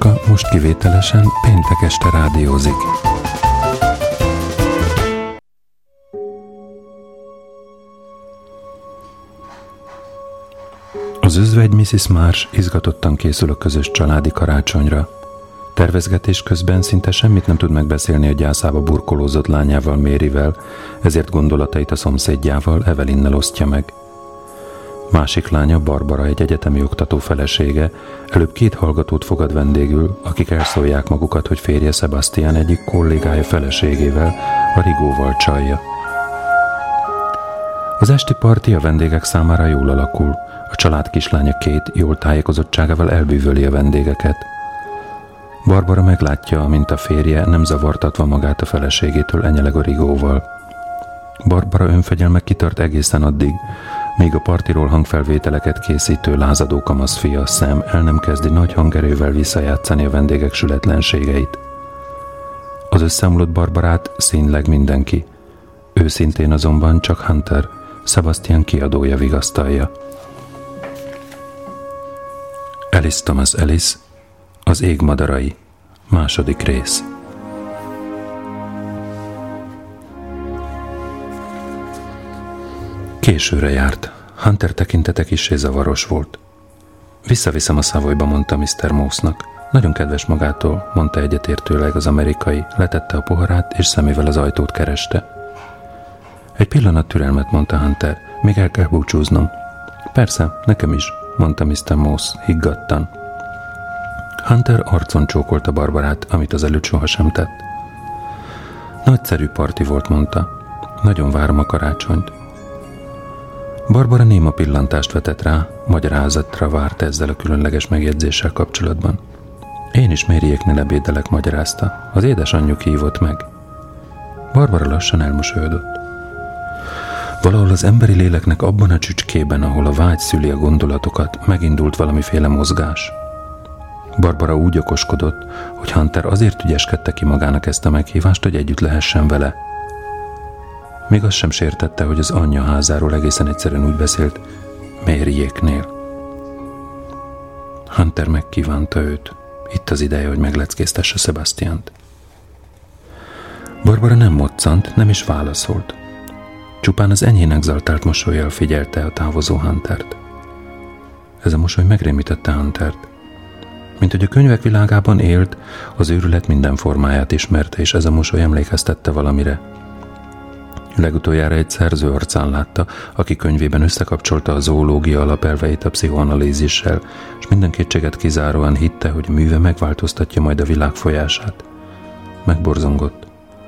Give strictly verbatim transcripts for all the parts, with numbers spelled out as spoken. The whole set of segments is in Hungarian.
Jóska most kivételesen péntek este rádiózik. Az özvegy missziz Marsh izgatottan készül a közös családi karácsonyra. Tervezgetés közben szinte semmit nem tud megbeszélni a gyászába burkolózott lányával, Maryvel, ezért gondolatait a szomszédjával, Evelynnel osztja meg. Másik lánya, Barbara, egy egyetemi oktató felesége, előbb két hallgatót fogad vendégül, akik elszólják magukat, hogy férje Sebastian egyik kollégája feleségével, a Rigóval csalja. Az esti parti a vendégek számára jól alakul, a család kislánya Kate jól tájékozottságával elbűvöli a vendégeket. Barbara meglátja, amint a férje nem zavartatva magát a feleségétől enyeleg a Rigóval. Barbara önfegyelme kitart egészen addig, míg a partiról hangfelvételeket készítő lázadó kamaszfia Sam el nem kezdi nagy hangerővel visszajátszani a vendégek sületlenségeit. Az összeomlott Barbarát színleg mindenki. Őszintén azonban csak Hunter, Sebastian kiadója vigasztalja. Alice Thomas Alice, az ég madarai, második rész. Későre járt. Hunter tekintete kissé zavaros volt. Visszaviszem a Savoyba, mondta miszter Mouse-nak. Nagyon kedves magától, mondta egyetértőleg az amerikai, letette a poharát, és szemével az ajtót kereste. Egy pillanat türelmet, mondta Hunter, még el kell búcsúznom. Persze, nekem is, mondta miszter Mouse higgadtan. Hunter arcon csókolta Barbarát, amit az előtt sohasem tett. Nagyszerű parti volt, mondta. Nagyon várom a karácsonyt. Barbara néma pillantást vetett rá, magyarázatra várt ezzel a különleges megjegyzéssel kapcsolatban. Én is Maryéknél ebédelek, magyarázta. Az édesanyjuk hívott meg. Barbara lassan elmosolyodott. Valahol az emberi léleknek abban a csücskében, ahol a vágy szüli a gondolatokat, megindult valamiféle mozgás. Barbara úgy okoskodott, hogy Hunter azért ügyeskedte ki magának ezt a meghívást, hogy együtt lehessen vele. Még azt sem sértette, hogy az anyja házáról egészen egyszerűen úgy beszélt, Maryéknél. Hunter megkívánta őt. Itt az ideje, hogy megleckéztesse Sebastiant. Barbara nem moccant, nem is válaszolt. Csupán az enyhén exaltált mosollyal figyelte a távozó Huntert. Ez a mosoly megrémítette Huntert. Mint hogy a könyvek világában élt, az őrület minden formáját ismerte, és ez a mosoly emlékeztette valamire. Legutoljára egy szerző arcán látta, aki könyvében összekapcsolta a zoológia alapelveit a pszichoanalízissel, és minden kétséget kizáróan hitte, hogy a műve megváltoztatja majd a világ folyását. Megborzongott.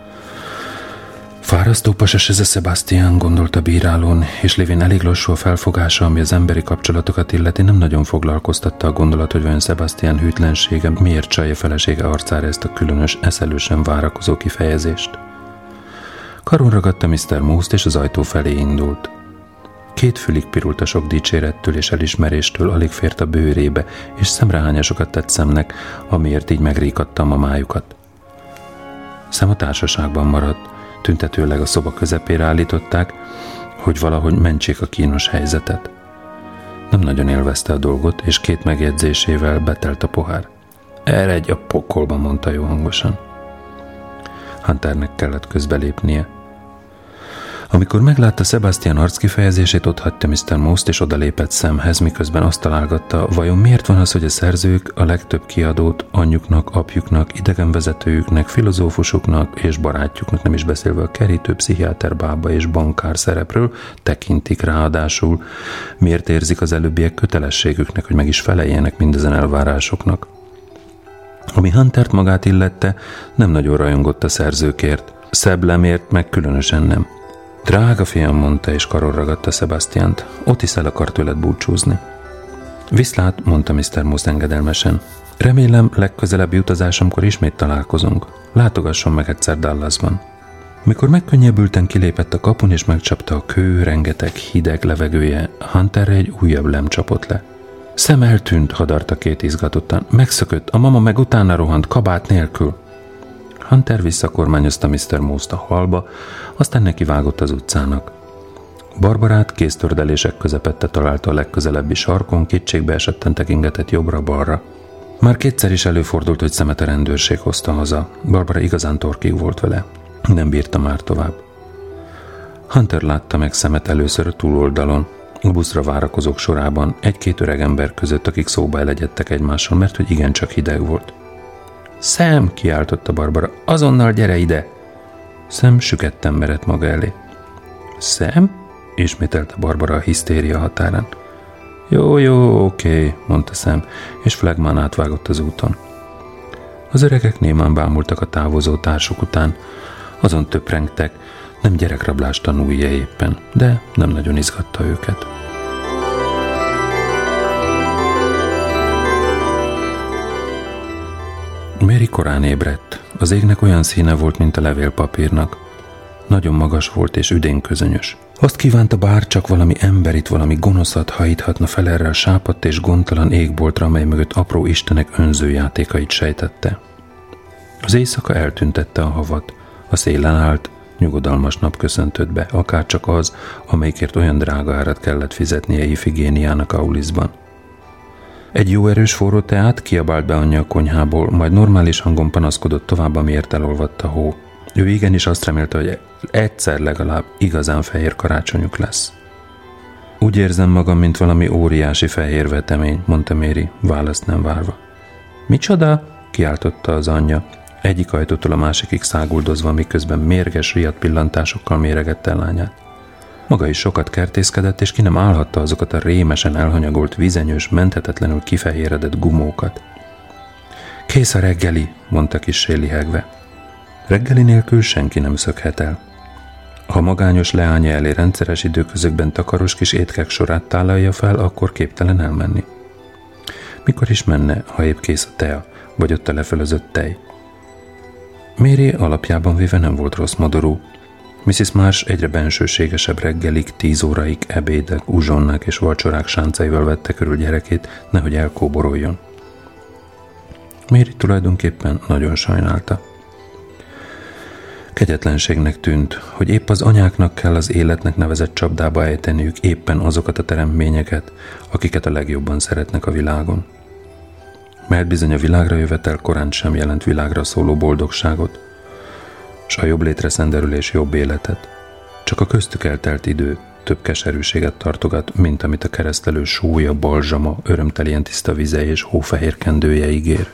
Fárasztó pasas ez a Sebastian, gondolta bírálón, és lévén elég lassú a felfogása, ami az emberi kapcsolatokat illeti, nem nagyon foglalkoztatta a gondolat, hogy vajon Sebastian hűtlensége miért csalja felesége arcára ezt a különös, eszelősen várakozó kifejezést. Karon ragadta miszter Mouse-t, és az ajtó felé indult. Két fülig pirult a sok dicsérettől és elismeréstől, alig fért a bőrébe, és szemrehányasokat tett Samnek, amiért így megríkadta a mamájukat. Sam a társaságban maradt, tüntetőleg a szoba közepére állították, hogy valahogy mentsék a kínos helyzetet. Nem nagyon élvezte a dolgot, és két megjegyzésével betelt a pohár. Eredj a pokolba, mondta jó hangosan. Hunternek kellett közbelépnie. Amikor meglátta Sebastian arckifejezését, otthagyta miszter Mouse-t, és odalépett Samhez, miközben azt találgatta, vajon miért van az, hogy a szerzők a legtöbb kiadót anyjuknak, apjuknak, idegenvezetőjüknek, filozófusuknak és barátjuknak, nem is beszélve a kerítő, pszichiáter, bába és bankár szerepről tekintik, ráadásul miért érzik az előbbiek kötelességüknek, hogy meg is feleljenek mindezen elvárásoknak. Ami Huntert magát illette, nem nagyon rajongott a szerzőkért. Szebb lemért meg különösen nem. Drága fiam, mondta, és karon ragadta Sebastiant. Otis el akar tőled búcsúzni. Viszlát, mondta miszter Mouse engedelmesen. Remélem, legközelebbi utazásomkor ismét találkozunk. Látogasson meg egyszer Dallasban. Mikor megkönnyebbülten kilépett a kapun, és megcsapta a kő, rengeteg hideg levegője, Hunterre egy újabb lem csapott le. Sam eltűnt, hadarta két izgatottan. Megszökött, a mama meg utána rohant, kabát nélkül. Hunter visszakormányozta miszter Mouse-t a hallba, aztán nekivágott az utcának. Barbarát kéztördelések közepette találta a legközelebbi sarkon, kétségbe esetten tekingetett jobbra-balra. Már kétszer is előfordult, hogy szemet a rendőrség hozta haza. Barbara igazán torkig volt vele. Nem bírta már tovább. Hunter látta meg szemet először a túloldalon, a buszra várakozók sorában, egy-két öreg ember között, akik szóba elegyedtek egymással, mert hogy igencsak hideg volt. Sam, kiáltotta Barbara, azonnal gyere ide! Sam süketten merett maga elé. Sam? Ismételte Barbara a hisztéria határán. Jó, jó, oké, mondta Sam, és flegmán átvágott az úton. Az öregek némán bámultak a távozó társuk után, azon töprengtek, nem gyerekrablás tanúja éppen, de nem nagyon izgatta őket. Mary korán ébredt. Az égnek olyan színe volt, mint a levélpapírnak. Nagyon magas volt és üdén közönyös. Azt kívánta, bár csak valami emberit, valami gonoszat hajíthatna fel erre a sápadt és gondtalan égboltra, amely mögött apró istenek önzőjátékait sejtette. Az éjszaka eltüntette a havat. A szélen állt, nyugodalmas nap köszöntött be, akárcsak az, amelyikért olyan drága árat kellett fizetnie Ifigéniának Aulisban. Egy jó erős forró teát kiabált be anyja a konyhából, majd normális hangon panaszkodott tovább, amiért elolvadt a hó. Ő igenis azt remélte, hogy egyszer legalább igazán fehér karácsonyuk lesz. Úgy érzem magam, mint valami óriási fehér vetemény, mondta Mary, választ nem várva. Micsoda? Kiáltotta az anyja, egyik ajtótól a másikig száguldozva, miközben mérges, riadt pillantásokkal méregette lányát. Maga is sokat kertészkedett, és ki nem állhatta azokat a rémesen elhanyagolt, vizenyős, menthetetlenül kifehéredett gumókat. Kész a reggeli, mondta kissé lihegve. Reggeli nélkül senki nem szökhet el. Ha magányos leánya elé rendszeres időközökben takaros kis étkek sorát tálalja fel, akkor képtelen elmenni. Mikor is menne, ha épp kész a tea, vagy ott a lefölözött tej? Mary alapjában véve nem volt rossz modorú. missziz Marsh egyre bensőségesebb reggelig, tíz óraig ebédek, uzsonnák és vacsorák sáncaival vette körül gyerekét, nehogy elkóboroljon. Mary tulajdonképpen nagyon sajnálta. Kegyetlenségnek tűnt, hogy épp az anyáknak kell az életnek nevezett csapdába ejteniük éppen azokat a teremtményeket, akiket a legjobban szeretnek a világon. Mert bizony a világra jövetel korán sem jelent világra szóló boldogságot, s a jobb létre szenderülés jobb életet. Csak a köztük eltelt idő több keserűséget tartogat, mint amit a keresztelő sója, balzsama, örömtelien tiszta vize és hófehér kendője ígér.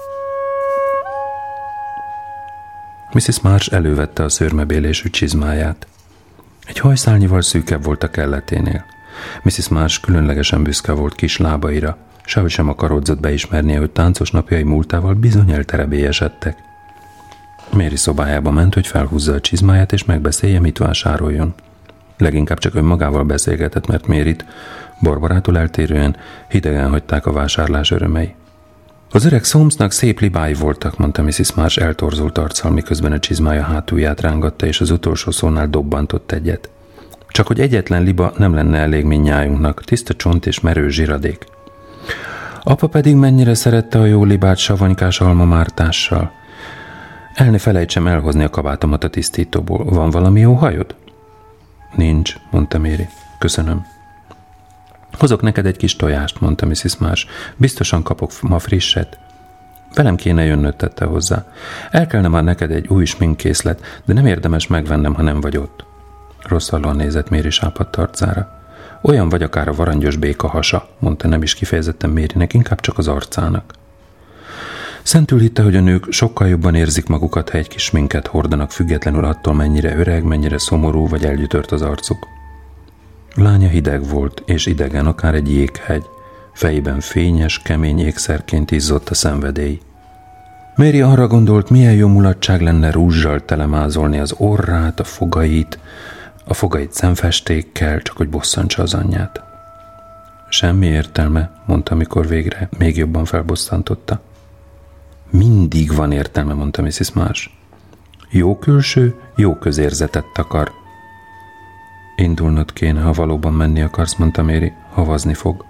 missziz Marsh elővette a szőrmebélésű csizmáját. Egy hajszálnyival szűkebb volt a kelleténél. missziz Marsh különlegesen büszke volt kis lábaira, sehogy sem akarodzott beismernie, hogy táncos napjai múltával bizony elterebélyesedtek. Mary szobájába ment, hogy felhúzza a csizmáját és megbeszélje, mit vásároljon. Leginkább csak önmagával beszélgetett, mert Maryt Barbarától eltérően hidegen hagyták a vásárlás örömei. Az öreg Soamesnak szép libái voltak, mondta missziz Marsh eltorzult arccal, miközben a csizmája hátulját rángatta, és az utolsó szónál dobbantott egyet. Csak hogy egyetlen liba nem lenne elég mindnyájunknak, tiszta csont és merő zsiradék. Apa pedig mennyire szerette a jó libát savanykás almamártással. El ne felejtsem elhozni a kabátomat a tisztítóból. Van valami jó hajod? Nincs, mondta Mary. Köszönöm. Hozok neked egy kis tojást, mondta missziz Marsh. Biztosan kapok ma frisset. Velem kéne jönnöd, tette hozzá. El kellene már neked egy új sminkkészlet, de nem érdemes megvennem, ha nem vagy ott. Rosszallóan nézett Mary sápadt arcára. Olyan vagy akár a varangyos béka hasa, mondta nem is kifejezetten Marynek, inkább csak az arcának. Szentül hitte, hogy a nők sokkal jobban érzik magukat, ha egy kis sminket hordanak, függetlenül attól, mennyire öreg, mennyire szomorú vagy elgyötört az arcuk. Lánya hideg volt, és idegen, akár egy jéghegy. Fejében fényes, kemény ékszerként izzott a szenvedély. Mary arra gondolt, milyen jó mulatság lenne rúzsal telemázolni az orrát, a fogait, a fogait szemfestékkel, csak hogy bosszantsa az anyját. Semmi értelme, mondta, amikor végre még jobban felbosszantotta. Mindig van értelme, mondta missziz Marsh. Jó külső, jó közérzetet takar. Indulnod kéne, ha valóban menni akarsz, mondta Mary, havazni fog.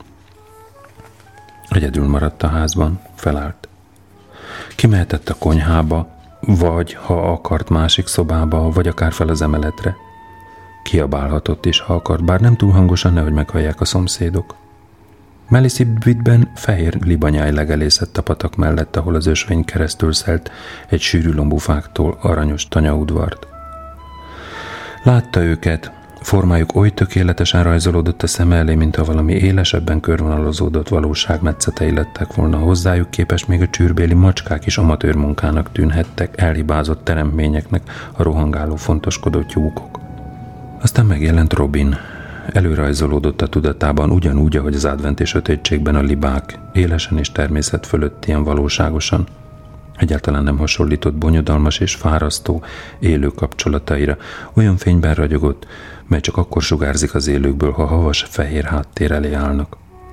Egyedül maradt a házban, felállt. Kimehetett a konyhába, vagy, ha akart, másik szobába, vagy akár fel az emeletre. Kiabálhatott is, ha akart, bár nem túl hangosan, nehogy meghallják a szomszédok. Melisibvitben fehér libanyáj legelészett a patak mellett, ahol az ösvény keresztül szelt egy sűrű lombufáktól aranyos tanyaudvart. Látta őket, formájuk oly tökéletesen rajzolódott a szeme elé, mintha valami élesebben körvonalazódott valóság metszetei lettek volna. Hozzájuk képest még a csűrbéli macskák is amatőr munkának tűnhettek, elhibázott teremtményeknek, a rohangáló fontoskodó tyúkok. Aztán megjelent Robin. Előrajzolódott a tudatában ugyanúgy, ahogy az adventi sötétségben a libák, élesen és természet fölött ilyen valóságosan. Egyáltalán nem hasonlított bonyodalmas és fárasztó élő kapcsolataira, olyan fényben ragyogott, mely csak akkor sugárzik az élőkből, ha havas fehér háttér elé állnak.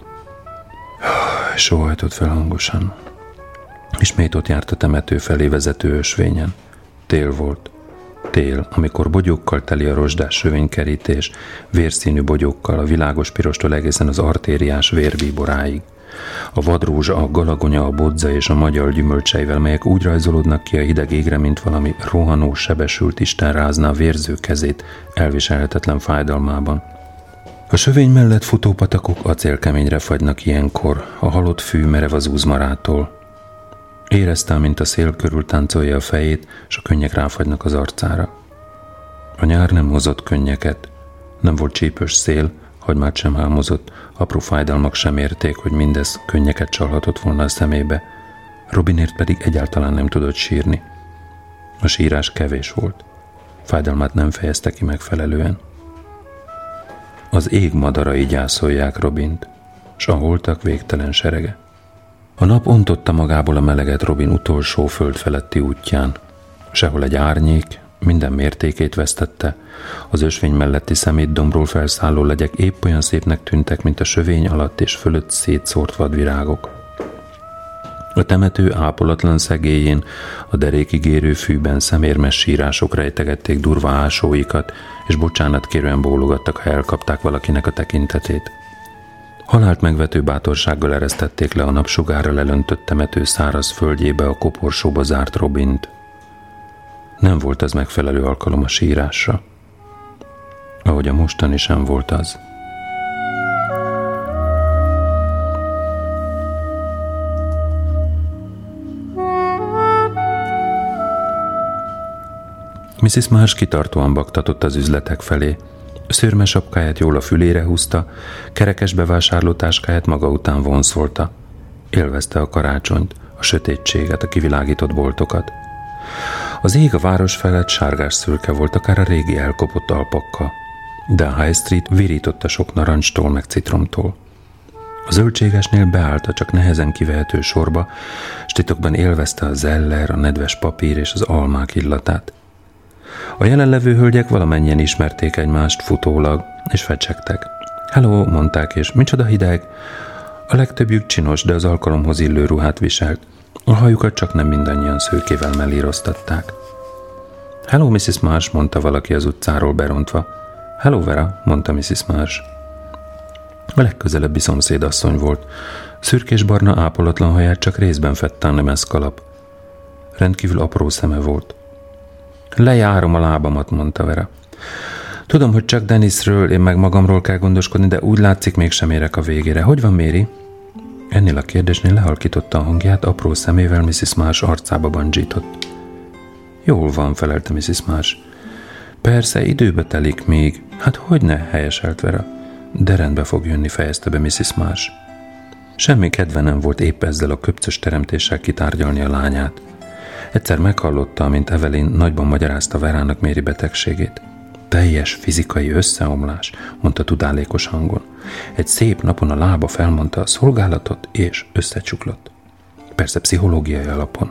Sóhajtott fel hangosan. Ismét ott járt a temető felé vezető ösvényen. Tél volt. Tél, amikor bogyókkal teli a rozsdás sövénykerítés, vérszínű bogyókkal, a világos pirostól egészen az artériás vérbíboráig. A vadrózsa, a galagonya, a bodza és a magyar gyümölcseivel, melyek úgy rajzolódnak ki a hideg égre, mint valami rohanó, sebesült Isten rázna a vérző kezét elviselhetetlen fájdalmában. A sövény mellett futó patakok acélkeményre fagynak ilyenkor, a halott fű merev az úzmarától. Érezte, mint a szél körül táncolja a fejét, és a könnyek ráfagynak az arcára. A nyár nem hozott könnyeket, nem volt csípős szél, hagymát sem álmozott, apró fájdalmak sem érték, hogy mindez könnyeket csalhatott volna a szemébe. Robinért pedig egyáltalán nem tudott sírni. A sírás kevés volt. Fájdalmát nem fejezte ki megfelelően. Az ég madarai gyászolják Robint, s a holtak végtelen serege. A nap ontotta magából a meleget Robin utolsó földfeletti útján. Sehol egy árnyék, minden mértékét vesztette. Az ösvény melletti szemétdombról felszálló legyek épp olyan szépnek tűntek, mint a sövény alatt és fölött szétszórt vadvirágok. A temető ápolatlan szegélyén, a derékig érő fűben szemérmes sírások rejtegették durva ásóikat, és bocsánatkérően bólogattak, ha elkapták valakinek a tekintetét. Halált megvető bátorsággal eresztették le a napsugárra lelöntött temető száraz földjébe a koporsóba zárt Robint. Nem volt az megfelelő alkalom a sírásra, ahogy a mostani sem volt az. missziz Marsh kitartóan baktatott az üzletek felé. Szőrme sapkáját jól a fülére húzta, kerekes bevásárlótáskáját maga után vonszolta. Élvezte a karácsonyt, a sötétséget, a kivilágított boltokat. Az ég a város felett sárgás szürke volt, akár a régi elkopott alpakkal, de a High Street virított a sok narancstól meg citromtól. A zöldségesnél beállt a csak nehezen kivehető sorba, s titokban élvezte a zeller, a nedves papír és az almák illatát. A jelenlevő hölgyek valamennyien ismerték egymást futólag, és fecsegtek. Hello, mondták, és micsoda hideg. A legtöbbjük csinos, de az alkalomhoz illő ruhát viselt. A hajukat csak nem mindannyian szőkével mellíroztatták. Hello, missziz Marsh, mondta valaki az utcáról berontva. Hello, Vera, mondta missziz Marsh. A legközelebbi szomszédasszony volt. Szürkés-barna ápolatlan haját csak részben fedte a nemeszkalap. Rendkívül apró szeme volt. Lejárom a lábamat, mondta Vera. Tudom, hogy csak Dennisről, én meg magamról kell gondoskodni, de úgy látszik, mégsem érek a végére. Hogy van Mary? Ennél a kérdésnél lehalkította a hangját, apró szemével missziz Marsh arcába bandzsított. Jól van, felelte missziz Marsh. Persze, időbe telik még. Hát hogyne, helyeselt Vera. De rendbe fog jönni, fejezte be missziz Marsh. Semmi kedve nem volt épp ezzel a köpcös teremtéssel kitárgyalni a lányát. Egyszer meghallotta, amint Evelyn nagyban magyarázta Verának Mary betegségét. Teljes fizikai összeomlás, mondta tudálékos hangon. Egy szép napon a lába felmondta a szolgálatot, és összecsuklott. Persze pszichológiai alapon.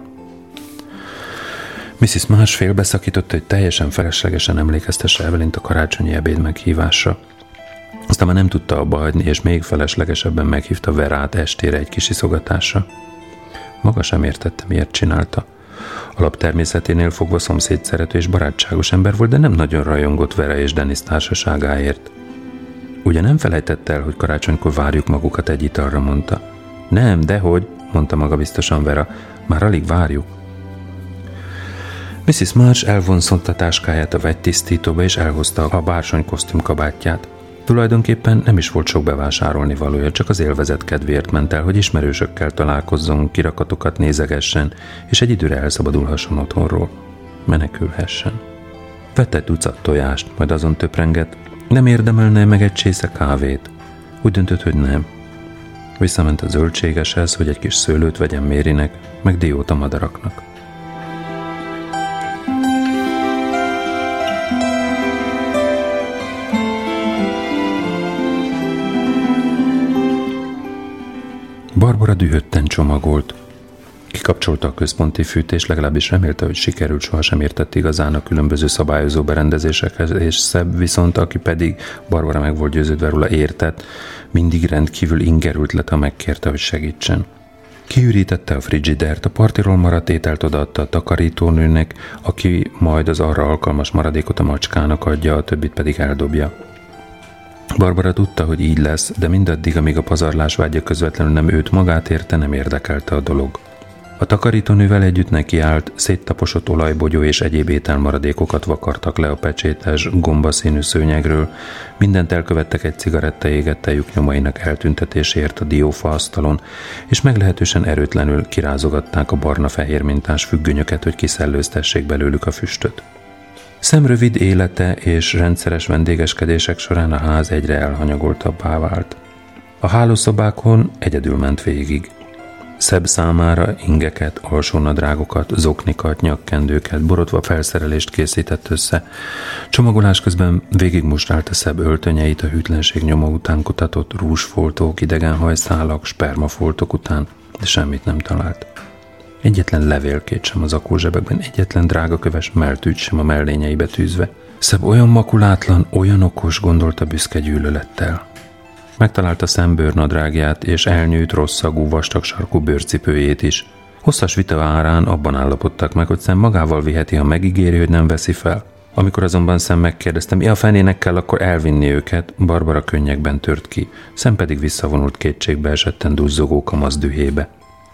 missziz Marsh félbeszakította, hogy teljesen feleslegesen emlékeztesse Evelynt a karácsonyi ebéd meghívásra. Aztán már nem tudta abba hagyni, és még feleslegesebben meghívta Verát estére egy kis iszogatásra. Maga sem értette, miért csinálta. Alaptermészeténél fogva szomszédszerető és barátságos ember volt, de nem nagyon rajongott Vera és Dennis társaságáért. Ugye nem felejtette el, hogy karácsonykor várjuk magukat egy italra, mondta. Nem, dehogy, mondta magabiztosan Vera, már alig várjuk. missziz Marsh elvonszontta táskáját a vegytisztítóba, és elhozta a bársony kosztüm kabátját. Tulajdonképpen nem is volt sok bevásárolni valója, csak az élvezet kedvéért ment el, hogy ismerősökkel találkozzon, kirakatokat nézegessen, és egy időre elszabadulhasson otthonról. Menekülhessen. Vett egy tucat tojást, majd azon töprengett, nem érdemelne meg egy csésze kávét. Úgy döntött, hogy nem. Visszament a zöldségeshez, hogy egy kis szőlőt vegyen Mérinek, meg diót a madaraknak. Barbara dühötten csomagolt. Kikapcsolta a központi fűtést, legalábbis remélte, hogy sikerült, sohasem értett igazán a különböző szabályozó berendezésekhez, és Szebb viszont, aki pedig Barbara meg volt győződve róla értett, mindig rendkívül ingerült lett, ha megkérte, hogy segítsen. Kiürítette a frigidert, a partiról maradt ételt odaadta a takarítónőnek, aki majd az arra alkalmas maradékot a macskának adja, a többit pedig eldobja. Barbara tudta, hogy így lesz, de mindaddig, amíg a pazarlás vágya közvetlenül nem őt magát érte, nem érdekelte a dolog. A takarítónővel együtt nekiállt, széttaposott olajbogyó és egyéb ételmaradékokat vakartak le a pecsétes, gombaszínű szőnyegről, mindent elkövettek egy cigaretta égette lyuk nyomainak eltüntetéséért a diófa asztalon, és meglehetősen erőtlenül kirázogatták a barna-fehér mintás függönyöket, hogy kiszellőztessék belőlük a füstöt. Szemrövid élete és rendszeres vendégeskedések során a ház egyre elhanyagoltabbá vált. A hálószobákon egyedül ment végig. Szebb számára ingeket, alsónadrágokat, zoknikat, nyakkendőket, borotva felszerelést készített össze. Csomagolás közben végigmustálta Szebb öltönyeit, a hűtlenség nyoma után kutatott rúzsfoltok, idegen hajszálak, spermafoltok után, de semmit nem talált. Egyetlen levélkét sem az zakózsebekben, egyetlen drágaköves meltűt sem a mellényeibe tűzve. Szebb olyan makulátlan, olyan okos, gondolta büszke gyűlölettel. Megtalálta szembőrnadrágját és elnyűjt rosszagú, vastag sarkú bőrcipőjét is. Hosszas vita árán abban állapodtak meg, hogy Szem magával viheti, ha megígéri, hogy nem veszi fel. Amikor azonban Szem megkérdezte, mi a fenének kell akkor elvinni őket, Barbara könnyekben tört ki, Szem pedig visszavonult kétségbe esetten duzzogó kamasz dühébe.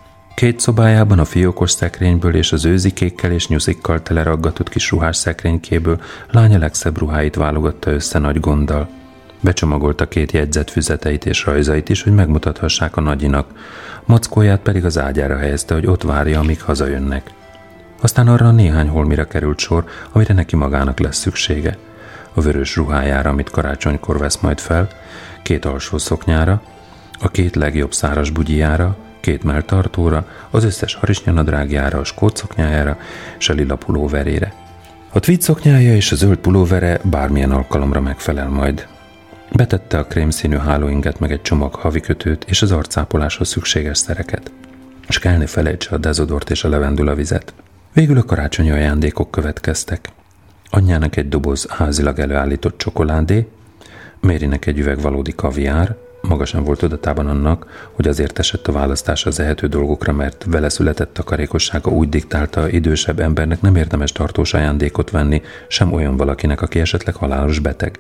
Két szobájában a fiókos szekrényből és az őzikékkel és nyuszikkal teleraggatott kis ruhás szekrénykéből lánya legszebb ruháit válogatta össze nagy gonddal. Becsomagolta két jegyzett füzeteit és rajzait is, hogy megmutathassák a nagyinak, mackóját pedig az ágyára helyezte, hogy ott várja, amíg hazajönnek. Aztán arra a néhány holmira került sor, amire neki magának lesz szüksége. A vörös ruhájára, amit karácsonykor vesz majd fel, két alsó szoknyára, a két legjobb száras bugyijára, két melltartóra, az összes harisnyanadrágjára, a skót szoknyájára és a lila pulóverére. A tweed szoknyája és a zöld pulóvere bármilyen alkalomra megfelel majd. Betette a krémszínű hálóinget meg egy csomag havikötőt és az arcápoláshoz szükséges szereket. És kell ne felejtse a dezodort és a levendula vizet. Végül a karácsonyi ajándékok következtek. Anyjának egy doboz házilag előállított csokoládé, Mérinek egy üveg valódi kaviár, maga sem volt tudatában annak, hogy azért esett a választás az ehető dolgokra, mert vele született takarékossága úgy diktálta, idősebb embernek nem érdemes tartós ajándékot venni, sem olyan valakinek, aki esetleg halálos beteg.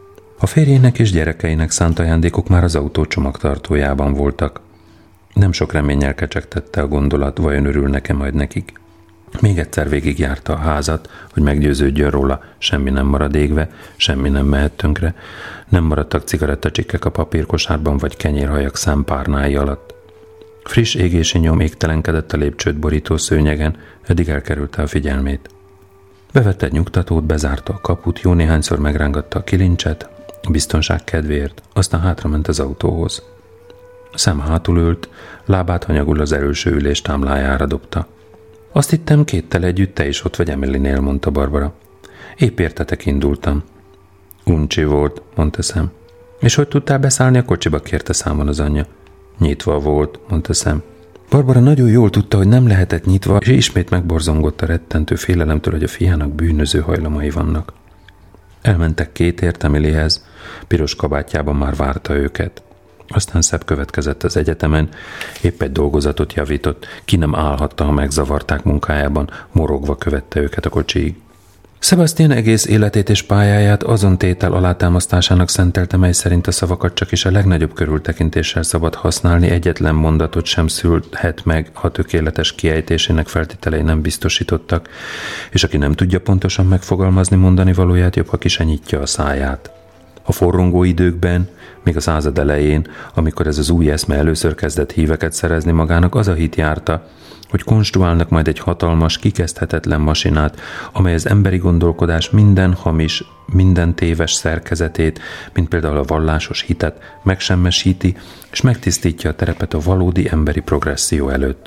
A férjének és gyerekeinek szánt ajándékok már az autó csomagtartójában voltak. Nem sok reménnyel kecsegtette a gondolat, vajon örülnek-e majd nekik. Még egyszer végigjárta a házat, hogy meggyőződjön róla, semmi nem marad égve, semmi nem mehet tönkre, nem maradtak cigarettacsikkek a papírkosárban vagy kenyérhajak számpárnái alatt. Friss égési nyom égtelenkedett a lépcsőt borító szőnyegen, eddig elkerülte a figyelmét. Bevette egy nyugtatót, bezárta a kaput, jó néhányszor megrángatta a kilincset, a biztonság kedvéért, aztán hátrament az autóhoz. Szem hátul ült, lábát hanyagul az előső ülés támlájára dobta. Azt hittem, kéttel együtt te is ott vagy Emily-nél, mondta Barbara. Épp értetek indultam. Uncsi volt, mondta Szem. És hogy tudtál beszállni a kocsiba, kérte számon az anyja. Nyitva volt, mondta Szem. Barbara nagyon jól tudta, hogy nem lehetett nyitva, és ismét megborzongott a rettentő félelemtől, hogy a fiának bűnöző hajlamai vannak. Elmentek Kateért Emilyhez, piros kabátjában már várta őket. Aztán Szebb következett az egyetemen, épp egy dolgozatot javított, ki nem állhatta, ha megzavarták munkájában, morogva követte őket a kocsiig. Sebastian egész életét és pályáját azon tétel alátámasztásának szentelte, mely szerint a szavakat csak is a legnagyobb körültekintéssel szabad használni, egyetlen mondatot sem szülhet meg, ha tökéletes kiejtésének feltételei nem biztosítottak, és aki nem tudja pontosan megfogalmazni mondani valóját, jobb, ha ki se nyitja a száját. A forrongó időkben, még a század elején, amikor ez az új eszme először kezdett híveket szerezni magának, az a hit járta, hogy konstruálnak majd egy hatalmas, kikezdhetetlen masinát, amely az emberi gondolkodás minden hamis, minden téves szerkezetét, mint például a vallásos hitet, megsemmesíti, és megtisztítja a terepet a valódi emberi progresszió előtt.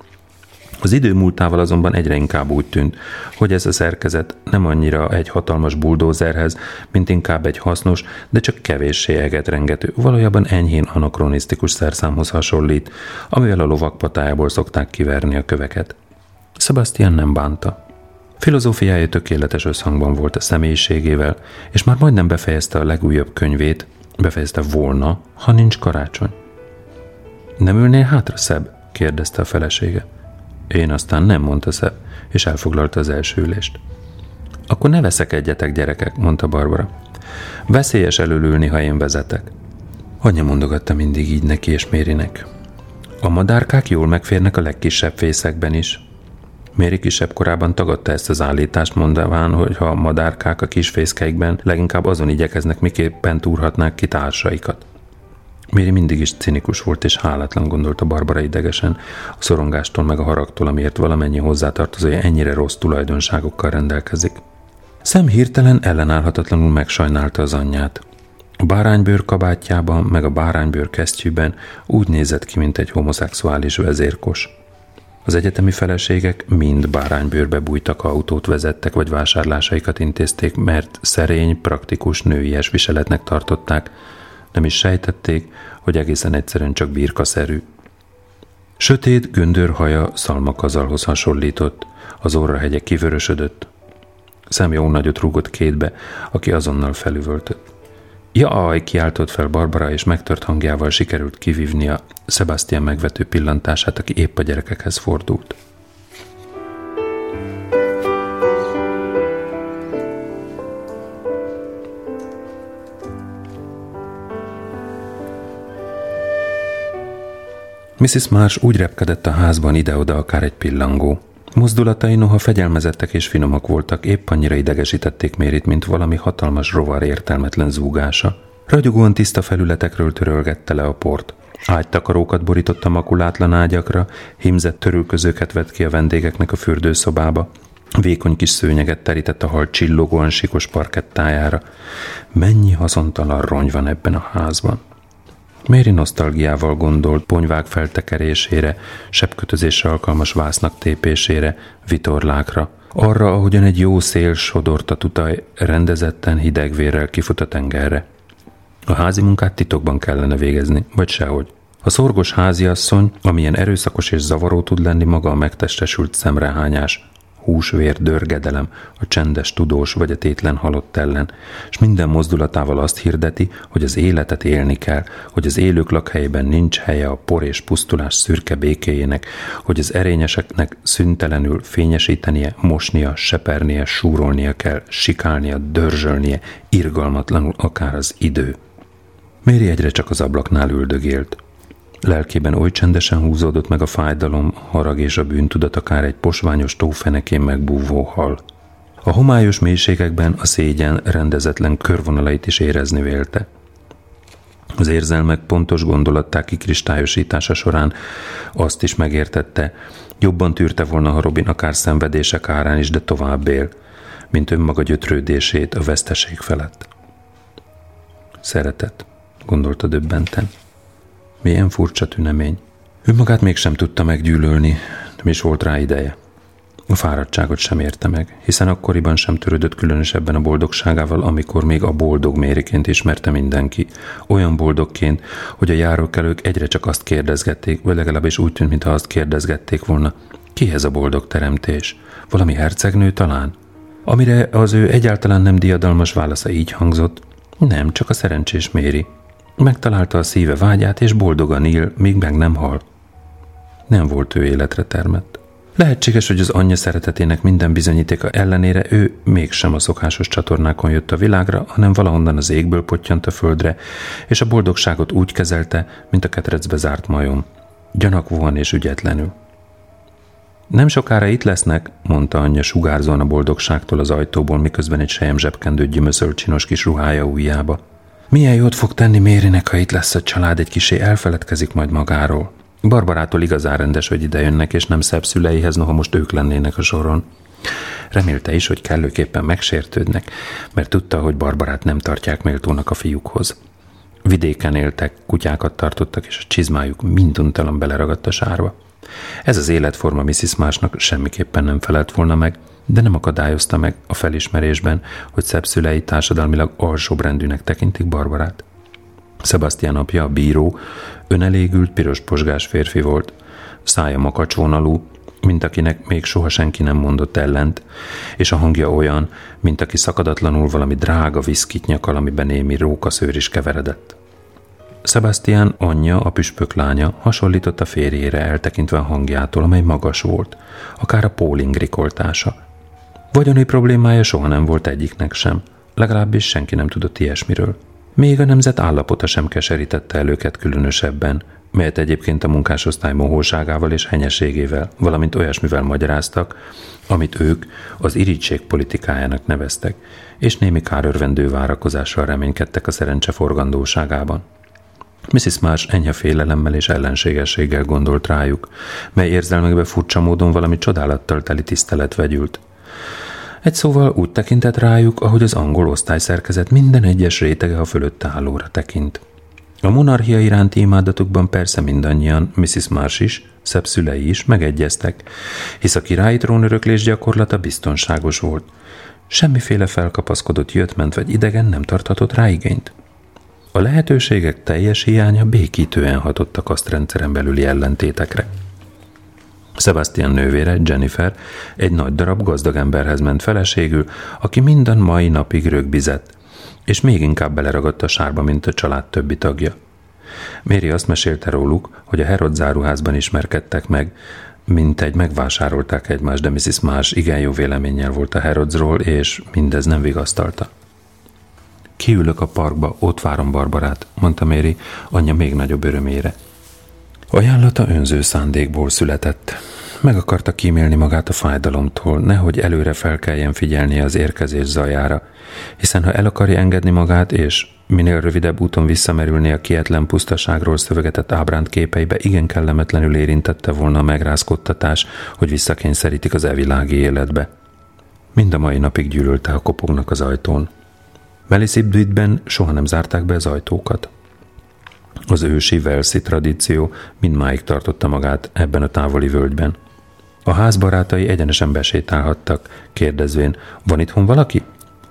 Az idő múltával azonban egyre inkább úgy tűnt, hogy ez a szerkezet nem annyira egy hatalmas buldózerhez, mint inkább egy hasznos, de csak kevéssé egetrengető, valójában enyhén anakronisztikus szerszámhoz hasonlít, amivel a lovak patájából szokták kiverni a köveket. Sebastian nem bánta. Filozófiája tökéletes összhangban volt a személyiségével, és már majdnem befejezte a legújabb könyvét, befejezte volna, ha nincs karácsony. Nem ülnél hátra, Szeb? kérdezte a felesége. Én aztán nem, mondta Szeb, és elfoglalta az első ülést. Akkor ne veszekedjetek, gyerekek, mondta Barbara. Veszélyes elölülni, ha én vezetek. Anyja mondogatta mindig így neki és Marynek. A madárkák jól megférnek a legkisebb fészekben is. Mary kisebb korában tagadta ezt az állítást, mondván, hogy ha a madárkák a kis fészkeikben leginkább azon igyekeznek, miképpen túrhatnák ki társaikat. Mary mindig is cinikus volt és hálátlan, gondolta Barbara idegesen, a szorongástól meg a haragtól, amiért valamennyi hozzátartozója ennyire rossz tulajdonságokkal rendelkezik. Sam hirtelen ellenállhatatlanul megsajnálta az anyját. A báránybőr kabátjában, meg a báránybőr kesztyűben úgy nézett ki, mint egy homoszexuális vezérkos. Az egyetemi feleségek mind báránybőrbe bújtak, ha autót vezettek, vagy vásárlásaikat intézték, mert szerény, praktikus, nőies viseletnek tartották, nem is sejtették, hogy egészen egyszerűen csak birkaszerű. Sötét, göndör haja szalmakazalhoz hasonlított, az orrahegye kivörösödött. Sam jó nagyot rúgott Kate-be, aki azonnal felüvöltött. Jaj, kiáltott fel Barbara, és megtört hangjával sikerült kivívnia Sebastian megvető pillantását, aki épp a gyerekekhez fordult. missziz Marsh úgy repkedett a házban ide-oda akár egy pillangó. Mozdulatai noha fegyelmezettek és finomak voltak, épp annyira idegesítették Maryt, mint valami hatalmas rovar értelmetlen zúgása. Ragyogóan tiszta felületekről törölgette le a port. Ágytakarókat borított a makulátlan ágyakra, hímzett törülközőket vett ki a vendégeknek a fürdőszobába, vékony kis szőnyeget terített a hal csillogóan sikos parkettájára. Mennyi haszontalan rongy van ebben a házban! Mary nosztalgiával gondolt ponyvák feltekerésére, sebbkötözésre alkalmas vásznak tépésére, vitorlákra, arra, ahogyan egy jó szél sodort a tutaj rendezetten hidegvérrel kifut a tengerre. A házi munkát titokban kellene végezni, vagy sehogy. A szorgos háziasszony, amilyen erőszakos és zavaró tud lenni, maga a megtestesült szemrehányás, húsvér, dörgedelem, a csendes tudós vagy a tétlen halott ellen, és minden mozdulatával azt hirdeti, hogy az életet élni kell, hogy az élők lakhelyében nincs helye a por és pusztulás szürke békéjének, hogy az erényeseknek szüntelenül fényesítenie, mosnia, sepernie, súrolnia kell, sikálnia, dörzsölnie, irgalmatlanul akár az idő. Mary egyre csak az ablaknál üldögélt. Lelkében oly csendesen húzódott meg a fájdalom, harag és a bűntudat, akár egy posványos tófenekén megbúvó hal. A homályos mélységekben a szégyen rendezetlen körvonalait is érezni vélte. Az érzelmek pontos gondolattá kikristályosítása során azt is megértette, jobban tűrte volna, ha Robin akár szenvedések árán is, de tovább él, mint önmaga gyötrődését a veszteség felett. Szeretet, gondolta döbbenten. Milyen furcsa tünemény. Ő magát mégsem tudta meggyűlölni, nem is volt rá ideje. A fáradtságot sem érte meg, hiszen akkoriban sem törődött különösebben a boldogságával, amikor még a boldog Maryként ismerte mindenki. Olyan boldogként, hogy a járókelők egyre csak azt kérdezgették, vagy legalábbis úgy tűnt, mintha azt kérdezgették volna. Kihez a boldog teremtés? Valami hercegnő talán? Amire az ő egyáltalán nem diadalmas válasza így hangzott. Nem, csak a szerencsés Mary. Megtalálta a szíve vágyát, és boldogan él, míg meg nem hal. Nem volt ő életre termett. Lehetséges, hogy az anyja szeretetének minden bizonyítéka ellenére ő mégsem a szokásos csatornákon jött a világra, hanem valahonnan az égből pottyant a földre, és a boldogságot úgy kezelte, mint a ketrecbe zárt majom. Gyanakvóan és ügyetlenül. Nem sokára itt lesznek, mondta anyja sugárzóan a boldogságtól az ajtóból, miközben egy selyem zsebkendőt gyümöszölt csinos kis ruhája ujjába. Milyen jót fog tenni Marynek, ha itt lesz a család, egy kissé elfeledkezik majd magáról. Barbarától igazán rendes, hogy idejönnek, és nem szebb szüleihez, noha most ők lennének a soron. Remélte is, hogy kellőképpen megsértődnek, mert tudta, hogy Barbarát nem tartják méltónak a fiúkhoz. Vidéken éltek, kutyákat tartottak, és a csizmájuk minduntalan beleragadt a sárba. Ez az életforma missziz Marshnak semmiképpen nem felelt volna meg, de nem akadályozta meg a felismerésben, hogy szebb szülei társadalmilag alsóbrendűnek tekintik Barbarát. Sebastian apja, a bíró, önelégült, piros posgás férfi volt, szája makacsvonalú, mint akinek még soha senki nem mondott ellent, és a hangja olyan, mint aki szakadatlanul valami drága viszkit nyakal, amiben némi rókaszőr is keveredett. Sebastian anyja, a püspök lánya hasonlított a férjére, eltekintve a hangjától, amely magas volt, akár a póling rikoltása. Vagyoni problémája soha nem volt egyiknek sem, legalábbis senki nem tudott ilyesmiről. Még a nemzet állapota sem keserítette el őket különösebben, melyet egyébként a munkásosztály mohóságával és henyeségével, valamint olyasmivel magyaráztak, amit ők az irigység politikájának neveztek, és némi kárörvendő várakozással reménykedtek a szerencse forgandóságában. missziz Marsh enyhe félelemmel és ellenségességgel gondolt rájuk, mely érzelmekbe furcsa módon valami csodálattal teli tisztelet vegyült. Egy szóval úgy tekintett rájuk, ahogy az angol osztályszerkezet minden egyes rétege a fölötte állóra tekint. A monarchia iránti imádatukban persze mindannyian, missziz Marsh is, szebb szülei is megegyeztek, hisz a királyi trónöröklés gyakorlata biztonságos volt. Semmiféle felkapaszkodott jöttment vagy idegen nem tarthatott rá igényt. A lehetőségek teljes hiánya békítően hatott a kasztrendszeren belüli ellentétekre. Sebastian nővére, Jennifer, egy nagy darab gazdag emberhez ment feleségül, aki minden mai napig rögbizett, és még inkább beleragadt a sárba, mint a család többi tagja. Mary azt mesélte róluk, hogy a Harrods áruházban ismerkedtek meg, mintegy megvásárolták egymást, de missziz Marsh igen jó véleménnyel volt a Harrodsról, és mindez nem vigasztalta. Kiülök a parkba, ott várom Barbarát, mondta Mary, anyja még nagyobb örömére. Ajánlata önző szándékból született. Meg akarta kímélni magát a fájdalomtól, nehogy előre fel kelljen figyelnie az érkezés zajára, hiszen ha el akarja engedni magát, és minél rövidebb úton visszamerülni a kietlen pusztaságról szövegetett ábránt képeibe, igen kellemetlenül érintette volna a megrázkodtatás, hogy visszakényszerítik az evilági életbe. Mind a mai napig gyűlölte, ha kopognak az ajtón. Melisipdüitben soha nem zárták be az ajtókat. Az ősi walesi tradíció mindmáig tartotta magát ebben a távoli völgyben. A ház barátai egyenesen besétálhattak, kérdezvén, van itthon valaki?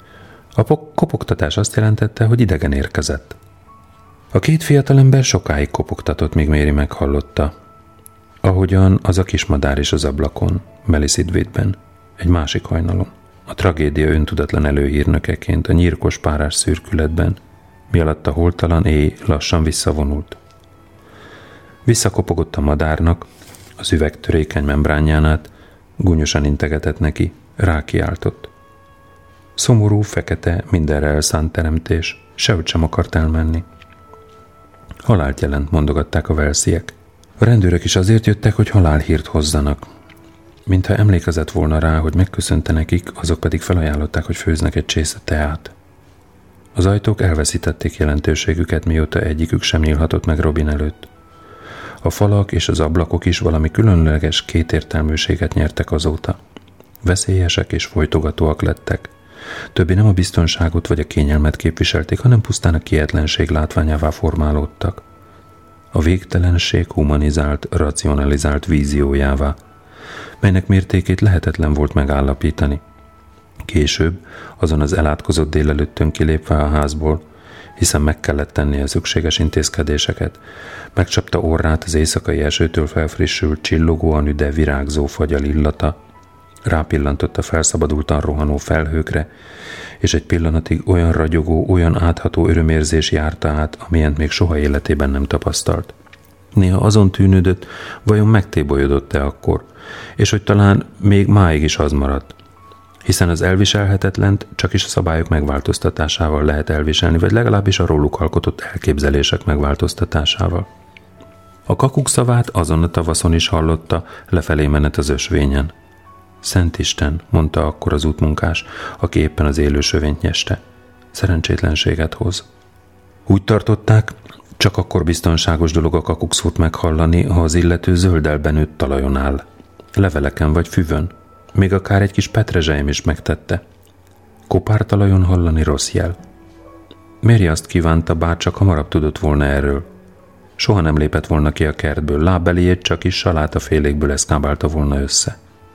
A kopogtatás azt jelentette, hogy idegen érkezett. A két fiatalember sokáig kopogtatott, míg Mary meghallotta. Ahogyan az a kismadár is az ablakon, Melisipdüitben, egy másik hajnalon. A tragédia öntudatlan előhírnökeként a nyírkos párás szürkületben, mi alatt a holtalan éj lassan visszavonult. Visszakopogott a madárnak, az üveg törékeny membránján át, gúnyosan integetett neki, rákiáltott. Szomorú, fekete, mindenre elszánt teremtés, sehogy sem akart elmenni. Halált jelent, mondogatták a walesiek. A rendőrök is azért jöttek, hogy halálhírt hozzanak. Mintha emlékezett volna rá, hogy megköszönte nekik, azok pedig felajánlották, hogy főznek egy csésze teát. Az ajtók elveszítették jelentőségüket, mióta egyikük sem nyílhatott meg Robin előtt. A falak és az ablakok is valami különleges kétértelműséget nyertek azóta. Veszélyesek és folytogatóak lettek. Többé nem a biztonságot vagy a kényelmet képviselték, hanem pusztán a kietlenség látványává formálódtak. A végtelenség humanizált, racionalizált víziójává, melynek mértékét lehetetlen volt megállapítani. Később, azon az elátkozott délelőttön kilépve a házból, hiszen meg kellett tenni a szükséges intézkedéseket, megcsapta orrát az éjszakai esőtől felfrissült, csillogóan üde virágzó fagyal illata, rápillantott a felszabadultan rohanó felhőkre, és egy pillanatig olyan ragyogó, olyan átható örömérzés járta át, amilyent még soha életében nem tapasztalt. Néha azon tűnődött, vajon megtébolyodott-e akkor, és hogy talán még máig is az maradt, hiszen az elviselhetetlent csak is a szabályok megváltoztatásával lehet elviselni, vagy legalábbis a róluk alkotott elképzelések megváltoztatásával. A kakuk szavát azon a tavaszon is hallotta, lefelé menet az ösvényen. Szent Isten, mondta akkor az útmunkás, aki éppen az élő sövényt nyeste. Szerencsétlenséget hoz. Úgy tartották, csak akkor biztonságos dolog a kakukszót meghallani, ha az illető zöldelben nőtt talajon áll. Leveleken vagy füvön. Még akár egy kis petrezselyem is megtette. Kopár talajon hallani rossz jel. Mary azt kívánta, bár csak hamarabb tudott volna erről. Soha nem lépett volna ki a kertből, lábbeliét csak is salátafélékből eszkábálta volna össze.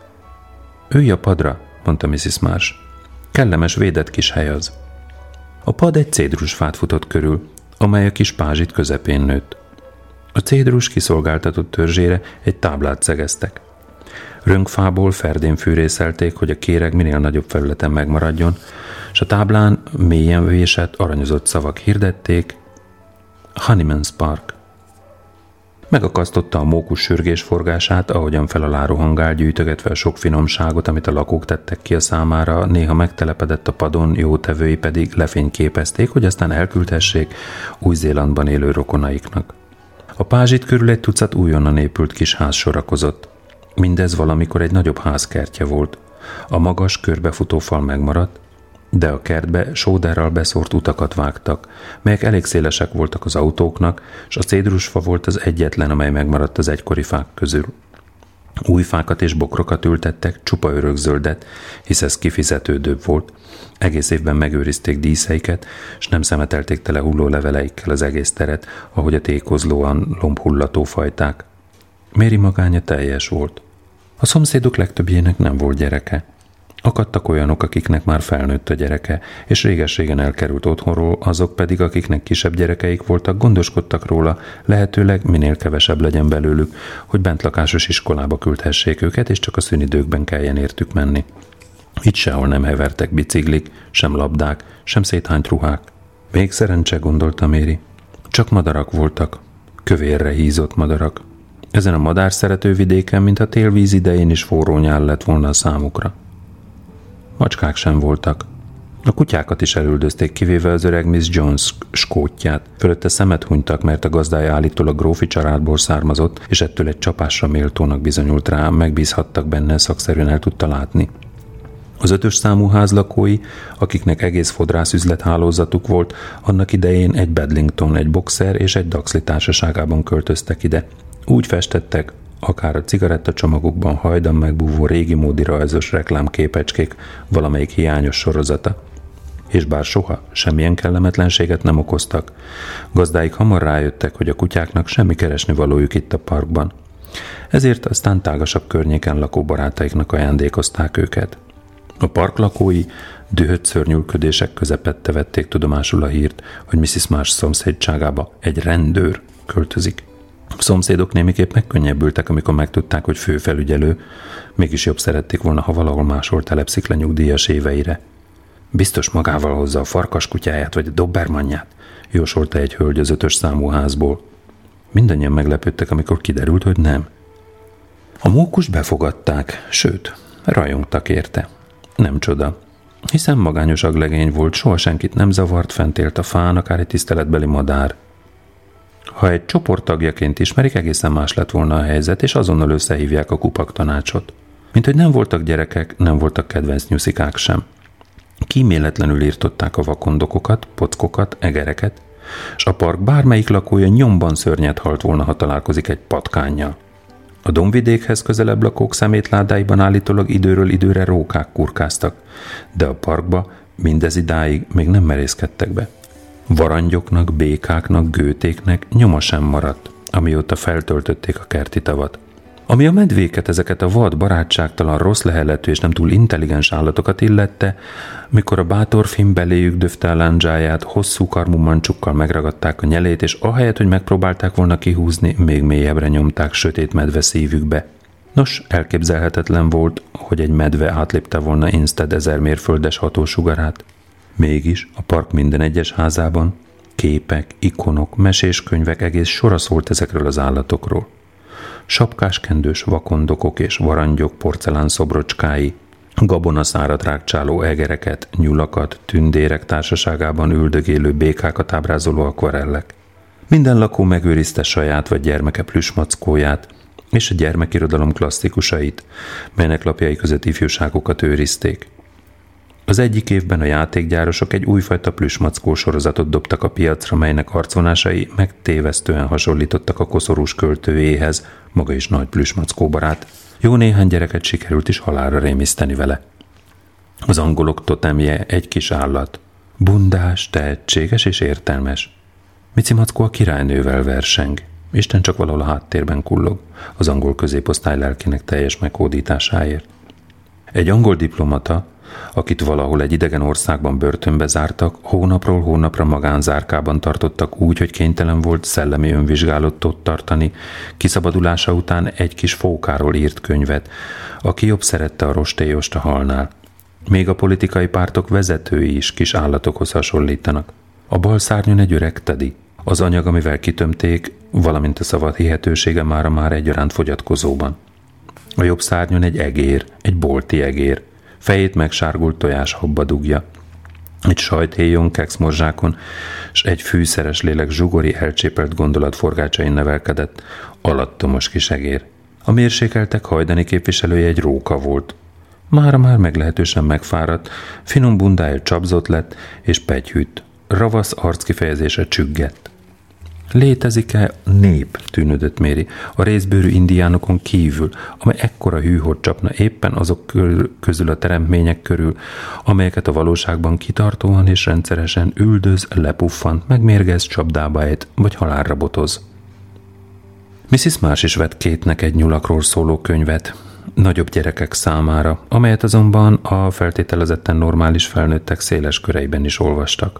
Ülj a padra, mondta missziz Marsh. Kellemes, védett kis hely az. A pad egy cédrusfát futott körül, amely a kis pázsit közepén nőtt. A cédrus kiszolgáltatott törzsére egy táblát szegeztek. Rönkfából ferdén fűrészelték, hogy a kéreg minél nagyobb felületen megmaradjon, és a táblán mélyen vésett, aranyozott szavak hirdették: Honeyman's Park. Megakasztotta a mókus sürgés forgását, ahogyan fel alá rohangál, gyűjtögetve a sok finomságot, amit a lakók tettek ki a számára, néha megtelepedett a padon, jótevői pedig lefényképezték, hogy aztán elküldhessék Új-Zélandban élő rokonaiknak. A pázsit körül egy tucat újonnan épült kis ház sorakozott. Mindez valamikor egy nagyobb házkertje volt. A magas, körbefutó fal megmaradt, de a kertbe sóderral beszórt utakat vágtak, melyek elég szélesek voltak az autóknak, és a cédrusfa volt az egyetlen, amely megmaradt az egykori fák közül. Új fákat és bokrokat ültettek, csupa örökzöldet, hisz ez kifizetődőbb volt. Egész évben megőrizték díszeiket, és nem szemetelték tele hulló leveleikkel az egész teret, ahogy a tékozlóan lombhullató fajták. Mary magánya teljes volt. A szomszédok legtöbbjének nem volt gyereke. Akadtak olyanok, akiknek már felnőtt a gyereke, és réges-régen elkerült otthonról, azok pedig, akiknek kisebb gyerekeik voltak, gondoskodtak róla, lehetőleg minél kevesebb legyen belőlük, hogy bentlakásos iskolába küldhessék őket, és csak a szünidőkben kelljen értük menni. Itt sehol nem hevertek biciklik, sem labdák, sem széthányt ruhák. Még szerencse, gondolta Mary. Csak madarak voltak, kövérre hízott madarak. Ezen a madár szerető vidéken, mint a télvíz idején is forró nyál lett volna a számukra. Macskák sem voltak. A kutyákat is elüldözték, kivéve az öreg Miss Jones skótját. Fölötte szemet hunytak, mert a gazdája állítólag grófi családból származott, és ettől egy csapásra méltónak bizonyult rá, megbízhattak benne, szakszerűen el tudta látni. Az ötös számú ház lakói, akiknek egész fodrászüzlethálózatuk volt, annak idején egy Bedlington, egy boxer és egy Duxley társaságában költöztek ide. Úgy festettek, akár a cigarettacsomagokban hajdan megbúvó régi módi rajzos reklámképecskék valamelyik hiányos sorozata. És bár soha semmilyen kellemetlenséget nem okoztak, gazdáik hamar rájöttek, hogy a kutyáknak semmi keresni valójuk itt a parkban. Ezért aztán tágasabb környéken lakó barátaiknak ajándékozták őket. A park lakói dühött szörnyűködések közepette vették tudomásul a hírt, hogy missziz Marsh szomszédságába egy rendőr költözik. A szomszédok némiképp megkönnyebbültek, amikor megtudták, hogy főfelügyelő, mégis jobb szerették volna, ha valahol máshol telepszik le nyugdíjas éveire. Biztos magával hozza a farkaskutyáját vagy a dobbermanját, jósolta egy hölgy az ötös számú házból. Mindannyian meglepődtek, amikor kiderült, hogy nem. A mókust befogadták, sőt, rajongtak érte. Nem csoda, hiszen magányos aglegény volt, soha senkit nem zavart, fent élt a fán, akár egy tiszteletbeli madár. Ha egy csoport tagjaként ismerik, egészen más lett volna a helyzet, és azonnal összehívják a kupak tanácsot. Mint hogy nem voltak gyerekek, nem voltak kedvenc nyuszikák sem. Kíméletlenül írtották a vakondokokat, pockokat, egereket, és a park bármelyik lakója nyomban szörnyet halt volna, ha találkozik egy patkánnyal. A dombvidékhez közelebb lakók szemétládáiban állítólag időről időre rókák kurkáztak, de a parkba mindez idáig még nem merészkedtek be. Varangyoknak, békáknak, gőtéknek nyoma sem maradt, amióta feltöltötték a kerti tavat. Ami a medvéket, ezeket a vad, barátságtalan, rossz leheletű és nem túl intelligens állatokat illette, mikor a bátor finn beléjük döfte a lándzsáját, hosszú karmú mancsukkal megragadták a nyelét, és ahelyett, hogy megpróbálták volna kihúzni, még mélyebbre nyomták sötét medve szívükbe. Nos, elképzelhetetlen volt, hogy egy medve átlépte volna Instead ezer mérföldes hatósugarát. Mégis a park minden egyes házában képek, ikonok, meséskönyvek, egész sora szólt ezekről az állatokról. Sapkáskendős vakondokok és varangyok porcelán szobrocskái, gabonaszárat rákcsáló egereket, nyulakat, tündérek társaságában üldögélő békákat ábrázoló akvarellek. Minden lakó megőrizte saját vagy gyermeke plüsmackóját és a gyermekirodalom klasszikusait, melynek lapjai között ifjúságokat őrizték. Az egyik évben a játékgyárosok egy újfajta plüsmackó sorozatot dobtak a piacra, melynek arcvonásai megtévesztően hasonlítottak a koszorús költőjéhez, maga is nagy plüsmackó barát. Jó néhány gyereket sikerült is halálra rémiszteni vele. Az angolok totemje egy kis állat. Bundás, tehetséges és értelmes. Mici Mackó a királynővel verseng. Isten csak valahol a háttérben kullog, az angol középosztály lelkének teljes meghódításáért. Egy angol diplomata, akit valahol egy idegen országban börtönbe zártak, hónapról hónapra magánzárkában tartottak úgy, hogy kénytelen volt szellemi önvizsgálatot tartani, kiszabadulása után egy kis fókáról írt könyvet, aki jobb szerette a rostélyost a halnál. Még a politikai pártok vezetői is kis állatokhoz hasonlítanak. A bal szárnyon egy öreg Teddy. Az anyag, amivel kitömték, valamint a szavad hihetősége mára már egyaránt fogyatkozóban. A jobb szárnyon egy egér, egy bolti egér. Fejét megsárgult tojáshabba dugja. Egy sajthéjon, kekszmorzsákon, s egy fűszeres lélek zsugori elcsépelt gondolatforgácsain nevelkedett, alattomos kis egér. A mérsékeltek hajdani képviselője egy róka volt. Mára már meglehetősen megfáradt, finom bundája csapzott lett, és pegyhűt. Ravasz arckifejezése csüggett. Létezik-e nép, tűnődött Méri, a részbőrű indiánokon kívül, amely ekkora hűhort csapna éppen azok közül a teremtmények körül, amelyeket a valóságban kitartóan és rendszeresen üldöz, lepuffant, megmérgez, csapdába ejt, vagy halálra botoz. miszisz Marsh is vett Kate-nek egy nyulakról szóló könyvet, nagyobb gyerekek számára, amelyet azonban a feltételezetten normális felnőttek széles köreiben is olvastak.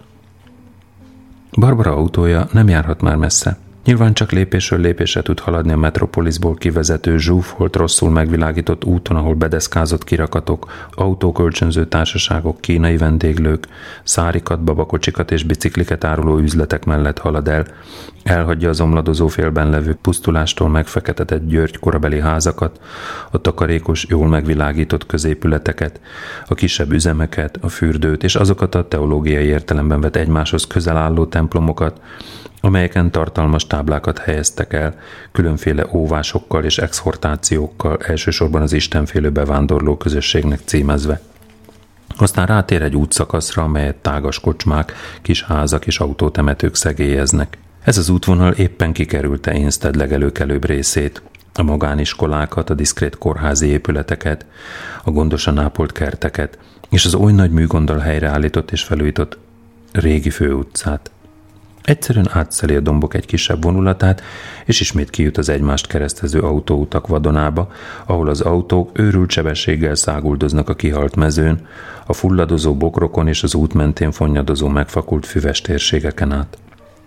Barbara autója nem járhat már messze. Nyilván csak lépésről lépésre tud haladni a Metropolisból kivezető zsúfolt, rosszul megvilágított úton, ahol bedeszkázott kirakatok, autókölcsönző társaságok, kínai vendéglők, szárikat, babakocsikat és bicikliket áruló üzletek mellett halad el, elhagyja az omladozó félben levő pusztulástól megfeketetett György korabeli házakat, a takarékos, jól megvilágított középületeket, a kisebb üzemeket, a fürdőt és azokat a teológiai értelemben vett egymáshoz közel álló templomokat, amelyeken tartalmas táblákat helyeztek el, különféle óvásokkal és exhortációkkal, elsősorban az istenfélő bevándorló közösségnek címezve. Aztán rátér egy útszakaszra, amelyet tágas kocsmák, kis házak és autótemetők szegélyeznek. Ez az útvonal éppen kikerülte Ainsted legelőkelőbb részét, a magániskolákat, a diszkrét kórházi épületeket, a gondosan ápolt kerteket, és az oly nagy műgonddal helyreállított és felújított régi főutcát. Egyszerűen átszeli a dombok egy kisebb vonulatát, és ismét kijut az egymást keresztező autóutak vadonába, ahol az autók őrült sebességgel száguldoznak a kihalt mezőn, a fulladozó bokrokon és az út mentén fonnyadozó megfakult füves térségeken át.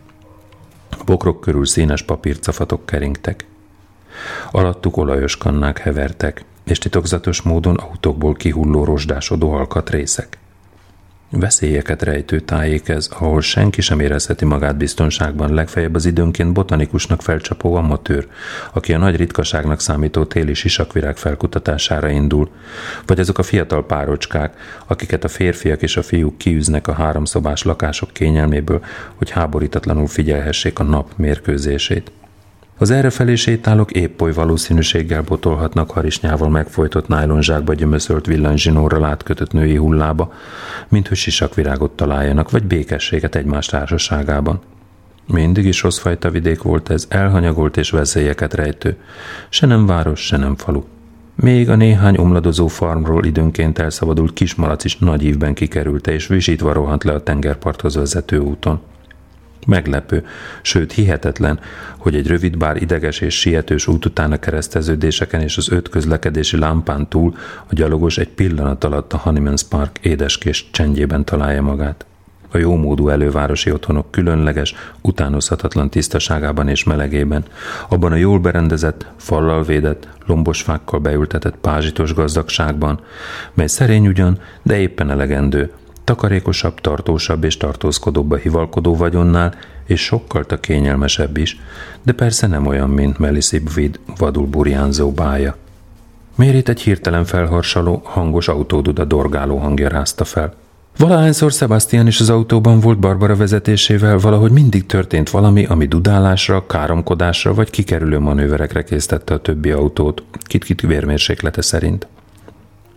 A bokrok körül színes papírcafatok keringtek. Alattuk olajos kannák hevertek, és titokzatos módon autókból kihulló rozsdásodó alkatrészek. Veszélyeket rejtő tájék ez, ahol senki sem érezheti magát biztonságban, legfeljebb az időnként botanikusnak felcsapó amatőr, aki a nagy ritkaságnak számító téli sisakvirág felkutatására indul, vagy azok a fiatal párocskák, akiket a férfiak és a fiúk kiűznek a háromszobás lakások kényelméből, hogy háborítatlanul figyelhessék a nap mérkőzését. Az errefelé sétálók épp oly valószínűséggel botolhatnak harisnyával megfojtott nájlonzsákba gyömöszölt villanyzsinórral átkötött női hullába, mint hogy sisakvirágot találjanak, vagy békességet egymás társaságában. Mindig is rosszfajta vidék volt ez, elhanyagolt és veszélyeket rejtő. Se nem város, se nem falu. Még a néhány omladozó farmról időnként elszabadult kismalac is nagy ívben kikerülte, és visítva rohant le a tengerparthoz vezető úton. Meglepő, sőt hihetetlen, hogy egy rövid, bár ideges és sietős út után a kereszteződéseken és az öt közlekedési lámpán túl a gyalogos egy pillanat alatt a Honeyman's Park édeskés csendjében találja magát. A jómódú elővárosi otthonok különleges, utánozhatatlan tisztaságában és melegében, abban a jól berendezett, fallal védett, lombos fákkal beültetett pázsitos gazdagságban, mely szerény ugyan, de éppen elegendő, takarékosabb, tartósabb és tartózkodóbb a hivalkodó vagyonnál, és sokkal a kényelmesebb is, de persze nem olyan, mint Melisibvid vadul burjánzó bája. Mérit egy hirtelen felharsaló, hangos autóduda dorgáló hangja rázta fel. Valahányszor Sebastian is az autóban volt Barbara vezetésével, valahogy mindig történt valami, ami dudálásra, káromkodásra vagy kikerülő manőverekre késztette a többi autót, kit-kit vérmérséklete szerint.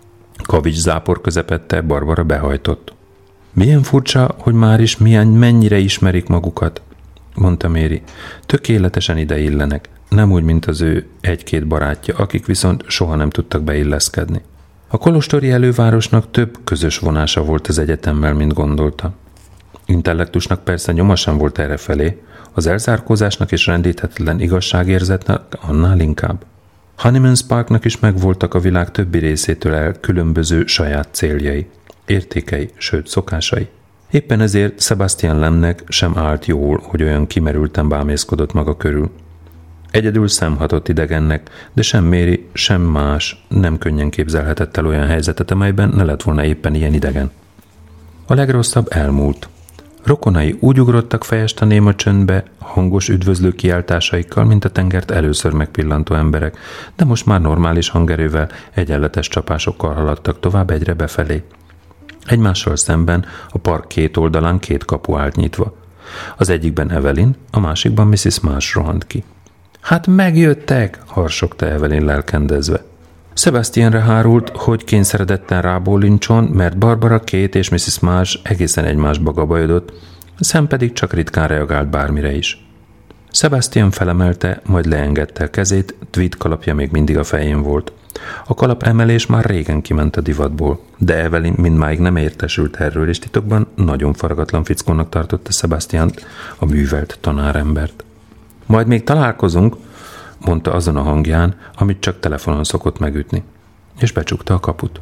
Kavics zápor közepette Barbara behajtott. Milyen furcsa, hogy már is milyen, mennyire ismerik magukat, mondta Mary. Tökéletesen ideillenek, nem úgy, mint az ő egy-két barátja, akik viszont soha nem tudtak beilleszkedni. A kolostori elővárosnak több közös vonása volt az egyetemmel, mint gondolta. Intellektusnak persze nyoma sem volt errefelé, az elzárkózásnak és rendíthetetlen igazságérzetnek annál inkább. Honeyman's Parknak is megvoltak a világ többi részétől el különböző saját céljai, értékei, sőt szokásai. Éppen ezért Sebastian Lemnek sem állt jól, hogy olyan kimerülten bámészkodott maga körül. Egyedül szemhatott idegennek, de sem Mary, sem más nem könnyen képzelhetett el olyan helyzetet, amelyben ne lett volna éppen ilyen idegen. A legrosszabb elmúlt. Rokonai úgy ugrottak fejest a néma csöndbe, hangos üdvözlő kiáltásaikkal, mint a tengert először megpillantó emberek, de most már normális hangerővel, egyenletes csapásokkal haladtak tovább egyre befelé. Egymással szemben a park két oldalán két kapu állt nyitva. Az egyikben Evelyn, a másikban missziz Marsh rohant ki. Hát megjöttek, harsogta Evelyn lelkendezve. Sebastianre hárult, hogy kényszeredetten rábólincson, mert Barbara, Kate és missziz Marsh egészen egymásba gabajodott, Sam pedig csak ritkán reagált bármire is. Sebastian felemelte, majd leengedte a kezét, tweed kalapja még mindig a fején volt. A kalap emelés már régen kiment a divatból, de Evelyn mindmáig nem értesült erről, és titokban nagyon faragatlan fickónak tartotta Sebastiant, a művelt tanárembert. Majd még találkozunk, mondta azon a hangján, amit csak telefonon szokott megütni, és becsukta a kaput.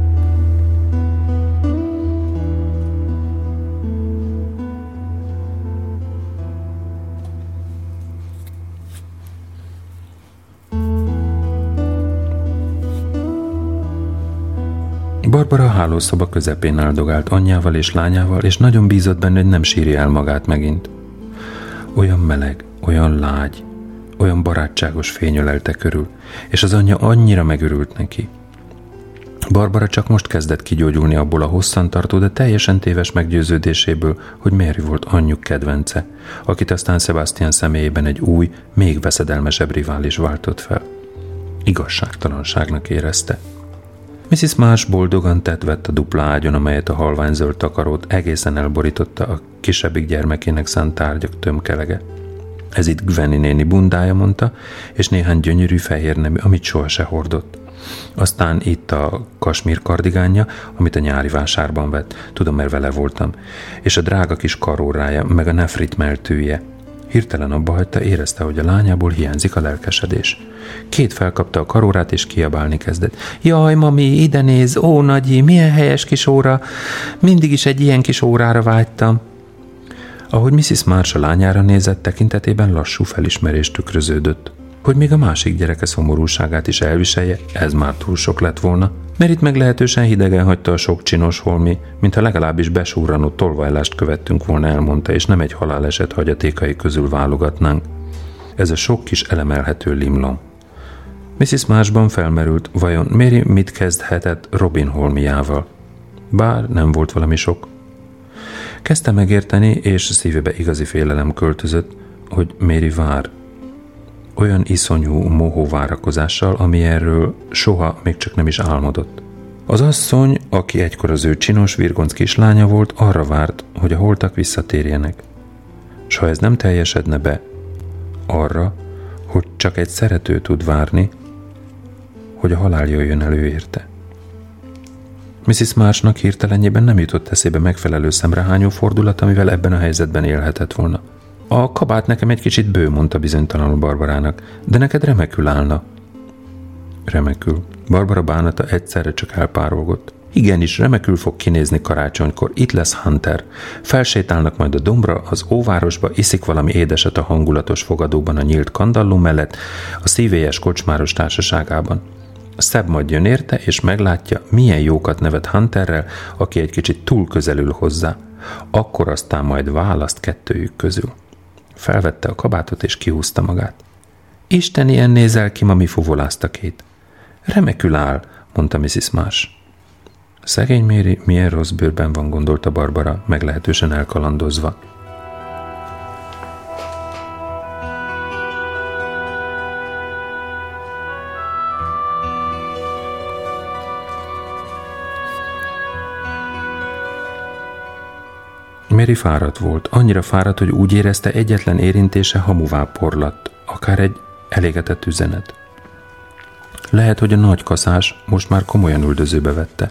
Barbara a hálószoba közepén áldogált anyjával és lányával, és nagyon bízott benne, hogy nem sírja el magát megint. Olyan meleg, olyan lágy, olyan barátságos fény ölelte körül, és az anyja annyira megörült neki. Barbara csak most kezdett kigyógyulni abból a hosszantartó, de teljesen téves meggyőződéséből, hogy Mary volt anyjuk kedvence, akit aztán Sebastian személyében egy új, még veszedelmesebb rivális váltott fel. Igazságtalanságnak érezte. missziz Marsh boldogan tett vett a dupla ágyon, amelyet a halványzöld takarót egészen elborította a kisebbik gyermekének szánt tárgyak tömkelege. Ez itt Gwenny néni bundája, mondta, és néhány gyönyörű fehér nemű, amit soha se hordott. Aztán itt a kasmír kardigánja, amit a nyári vásárban vett, tudom, mert vele voltam, és a drága kis karórája, meg a nefrit meltője. Hirtelen abba hagyta, érezte, hogy a lányából hiányzik a lelkesedés. Két felkapta a karórát, és kiabálni kezdett. Jaj, mami, ide néz, ó, nagyi, milyen helyes kis óra, mindig is egy ilyen kis órára vágytam. Ahogy missziz Marsh a lányára nézett, tekintetében lassú felismerés tükröződött. Hogy még a másik gyereke szomorúságát is elviselje, ez már túl sok lett volna. Merit meglehetősen hidegen hagyta a sok csinos holmi, mintha legalábbis besúrranó tolvajlást követtünk volna, elmondta, és nem egy haláleset hagyatékai közül válogatnánk. Ez a sok kis elemelhető limlom. missziz Marshban felmerült, vajon Mary mit kezdhetett Robin holmiával. Bár nem volt valami sok. Kezdte megérteni, és szívébe igazi félelem költözött, hogy Mary vár. Olyan iszonyú mohó várakozással, ami erről soha még csak nem is álmodott. Az asszony, aki egykor az ő csinos virgonc kislánya volt, arra várt, hogy a holtak visszatérjenek. S ha ez nem teljesedne be, arra, hogy csak egy szerető tud várni, hogy a halál jöjjön elő érte. missziz Marshnak hirtelenjében nem jutott eszébe megfelelő szemrehányó fordulat, amivel ebben a helyzetben élhetett volna. A kabát nekem egy kicsit bő, mondta bizonytalanul Barbarának, de neked remekül állna. Remekül. Barbara bánata egyszerre csak elpárolgott. Igenis, remekül fog kinézni karácsonykor, itt lesz Hunter. Felsétálnak majd a dombra, az óvárosba, iszik valami édeset a hangulatos fogadóban a nyílt kandalló mellett, a szívélyes kocsmáros társaságában. Szebb majd jön érte, és meglátja, milyen jókat nevet Hunterrel, aki egy kicsit túl közelül hozzá. Akkor aztán majd választ kettőjük közül. Felvette a kabátot, és kihúzta magát. Isten, ilyen nézel ki, mami, fuvolázta Kate. Remekül áll, mondta missziz Marsh. Szegény Mary milyen rossz bőrben van, gondolta Barbara, meglehetősen elkalandozva. Mary fáradt volt, annyira fáradt, hogy úgy érezte, egyetlen érintése hamuvá porlatt, akár egy elégetett üzenet. Lehet, hogy a nagy kaszás most már komolyan üldözőbe vette.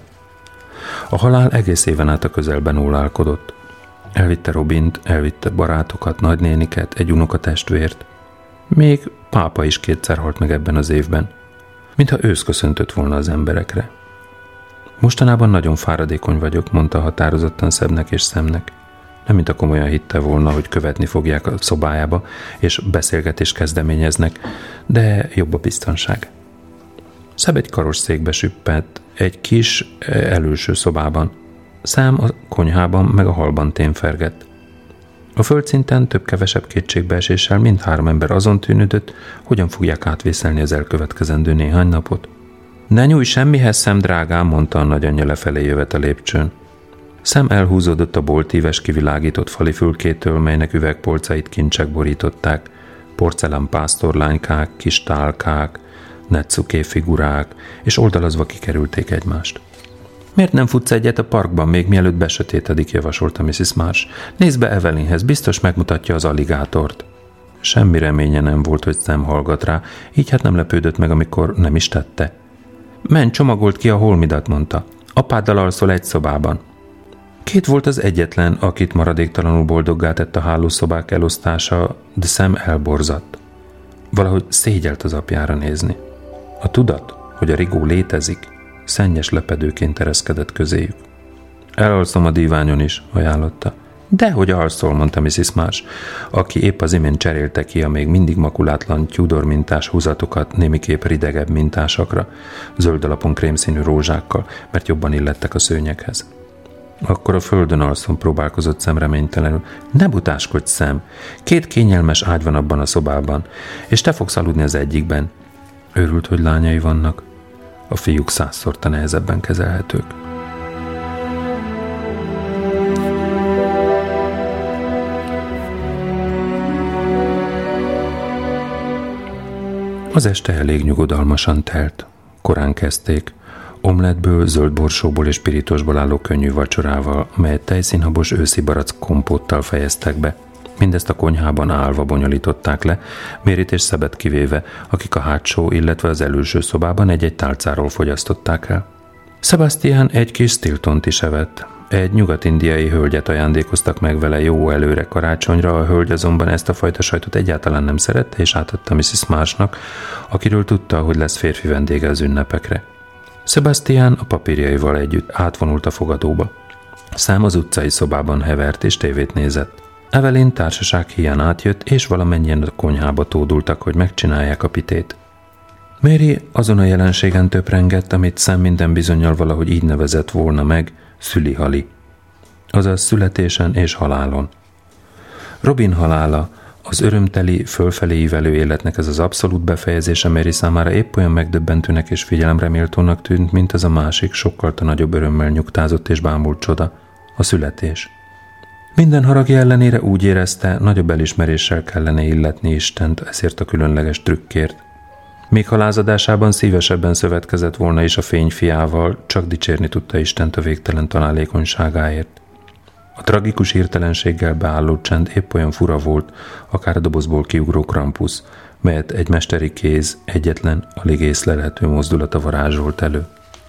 A halál egész éven át a közelben ólálkodott. Elvitte Robint, elvitte barátokat, nagynéniket, egy unokatestvért. Még pápa is kétszer halt meg ebben az évben, mintha ősz köszöntött volna az emberekre. Mostanában nagyon fáradékony vagyok, mondta határozottan Sebnek és Samnek. Nem mintha komolyan hitte volna, hogy követni fogják a szobájába, és beszélgetést kezdeményeznek, de jobb a biztonság. Seb egy karosszékbe süppett, egy kis előső szobában. Sam a konyhában meg a hallban témfergett. A földszinten több-kevesebb kétségbeeséssel mindhárom ember azon tűnődött, hogyan fogják átvészelni az elkövetkezendő néhány napot. Ne nyújj semmihez, Sam drágám, mondta a nagyanyja lefelé jövet a lépcsőn. Sam elhúzódott a boltíves kivilágított fali fülkétől, melynek üvegpolcait kincsek borították, porcelán pásztorlánykák, kis tálkák, netsuké figurák, és oldalazva kikerülték egymást. Miért nem futsz egyet a parkban, még mielőtt besötétedik, javasolta missziz Marsh. Nézd be Evelynhez, biztos megmutatja az alligátort. Semmi reménye nem volt, hogy Sam hallgat rá, így hát nem lepődött meg, amikor nem is tette. Menj, csomagolt ki a holmidat, mondta. Apáddal alszol egy szobában. Két volt az egyetlen, akit maradéktalanul boldoggá tett a hálószobák elosztása, de Sam elborzadt. Valahogy szégyelt az apjára nézni. A tudat, hogy a rigó létezik, szennyes lepedőként ereszkedett közéjük. Elalszom a díványon is, ajánlotta. Dehogy alszol, mondta missziz Marsh, aki épp az imént cserélte ki a még mindig makulátlan Tudor mintás húzatokat némiképp ridegebb mintásakra, zöld alapon krémszínű rózsákkal, mert jobban illettek a szőnyeghez. Akkor a földön alszom, próbálkozott Sam reménytelenül. Ne butáskodj, Sam! Két kényelmes ágy van abban a szobában, és te fogsz aludni az egyikben. Örült, hogy lányai vannak. A fiúk százszorta nehezebben kezelhetők. Az este elég nyugodalmasan telt. Korán kezdték. Omlettből, zöld borsóból és pirítosból álló könnyű vacsorával, melyet tejszínhabos őszi barack kompóttal fejeztek be. Mindezt a konyhában állva bonyolították le, Maryt és Sebet kivéve, akik a hátsó, illetve az előső szobában egy-egy tálcáról fogyasztották el. Sebastian egy kis Stiltont is evett. Egy nyugat-indiai hölgyet ajándékoztak meg vele jó előre karácsonyra, a hölgy azonban ezt a fajta sajtot egyáltalán nem szerette, és átadta missziz Marshnak, akiről tudta, hogy lesz férfi vendége az ünnepekre. Sebastian a papírjaival együtt átvonult a fogadóba. Sam az utcai szobában hevert és tévét nézett. Evelyn társaság híján átjött, és valamennyien a konyhába tódultak, hogy megcsinálják a pitét. Mary azon a jelenségen töprengett, amit Sam minden bizonnyal valahogy így nevezett volna meg, szülihali. Azaz születésen és halálon. Robin halála, az örömteli, fölfelé ívelő életnek ez az abszolút befejezése Mary számára épp olyan megdöbbentőnek és figyelemreméltónak tűnt, mint az a másik, sokkal nagyobb örömmel nyugtázott és bámult csoda, a születés. Minden haragja ellenére úgy érezte, nagyobb elismeréssel kellene illetni Istent ezért a különleges trükkért. Még ha lázadásában szívesebben szövetkezett volna is a fényfiával, csak dicsérni tudta Istent a végtelen találékonyságáért. A tragikus hirtelenséggel beálló csend épp olyan fura volt, akár a dobozból kiugró Krampus, melyet egy mesteri kéz egyetlen, alig észlelhető mozdulata varázsolt elő.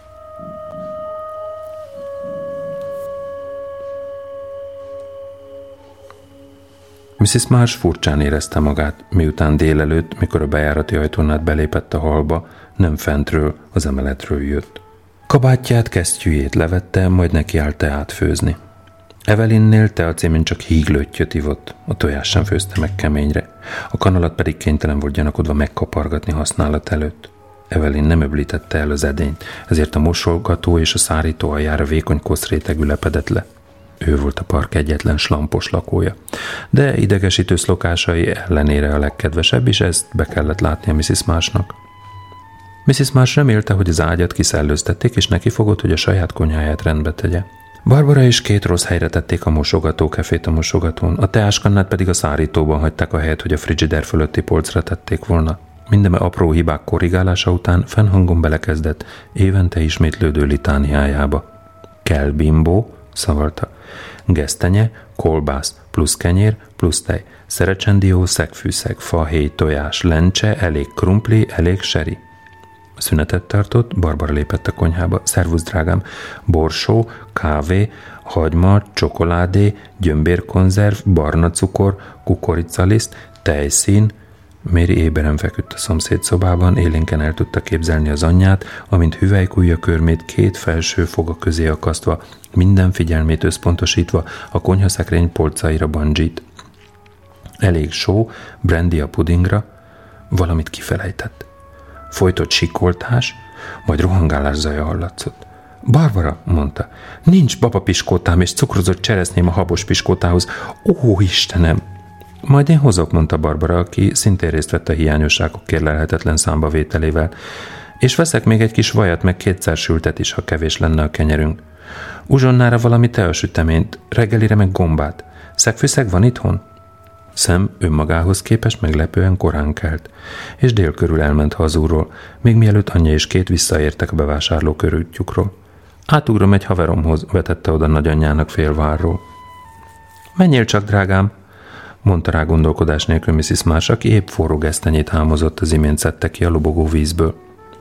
missziz Marsh furcsán érezte magát, miután délelőtt, mikor a bejárati ajtón át belépett a hallba, nem fentről, az emeletről jött. Kabátját, kesztyűjét levette, majd nekiállt teát főzni. Evelynnél teacémén csak híglöttyöt ivott, a tojás sem főzte meg keményre, a kanalat pedig kénytelen volt gyanakodva megkapargatni használat előtt. Evelyn nem öblítette el az edényt, ezért a mosolgató és a szárító aljára vékony koszrétegű lepedett le. Ő volt a park egyetlen slampos lakója. De idegesítő szlokásai ellenére a legkedvesebb, és ezt be kellett látnia missziz Marshnak. missziz Marsh remélte, hogy az ágyat kiszellőztették, és neki fogott, hogy a saját konyháját rendbe tegye. Barbara és két rossz helyre tették a mosogató kefét a mosogatón, a teáskannát pedig a szárítóban hagyták a helyet, hogy a frigider fölötti polcra tették volna. Mindeme apró hibák korrigálása után fennhangon belekezdett évente ismétlődő litániájába. Kell bimbó, szavalta. Gesztenye, kolbász, plusz kenyér, plusz tej, szerecsendió, szegfűszeg, fahéj, tojás, lencse, elég krumpli, elég seri. Szünetet tartott, Barbara lépett a konyhába. Szervusz, drágám, borsó, kávé, hagyma, csokoládé, gyömbérkonzerv, barna cukor, kukoricaliszt, tejszín. Mary éberen feküdt a szomszéd szobában, élénken el tudta képzelni az anyját, amint hüvelykujja körmét két felső foga közé akasztva, minden figyelmét összpontosítva a konyhaszekrény polcaira bandzsít. Elég só, brandy a pudingra, valamit kifelejtett. Folytott sikoltás, majd rohangálás zaja hallatszott. Barbara, mondta, nincs babapiskótám és cukrozott cseresznyém a habos piskótához. Ó, Istenem! Majd én hozok, mondta Barbara, aki szintén részt vett a hiányosságok kérlelhetetlen számbavételével. És veszek még egy kis vajat, meg kétszer sültet is, ha kevés lenne a kenyerünk. Uzsonnára valami teasüteményt, reggelire meg gombát. Szegfűszeg van itthon? Sam önmagához képest meglepően korán kelt, és dél körül elment hazúról, még mielőtt anyja és Kate visszaértek a bevásárló körútjukról. Átugrom egy haveromhoz, vetette oda nagyanyjának félvárról. Menjél csak, drágám, mondta rá gondolkodás nélkül missziz Marsh, aki épp forró gesztenyét hámozott, az imént szedte ki a lobogó vízből.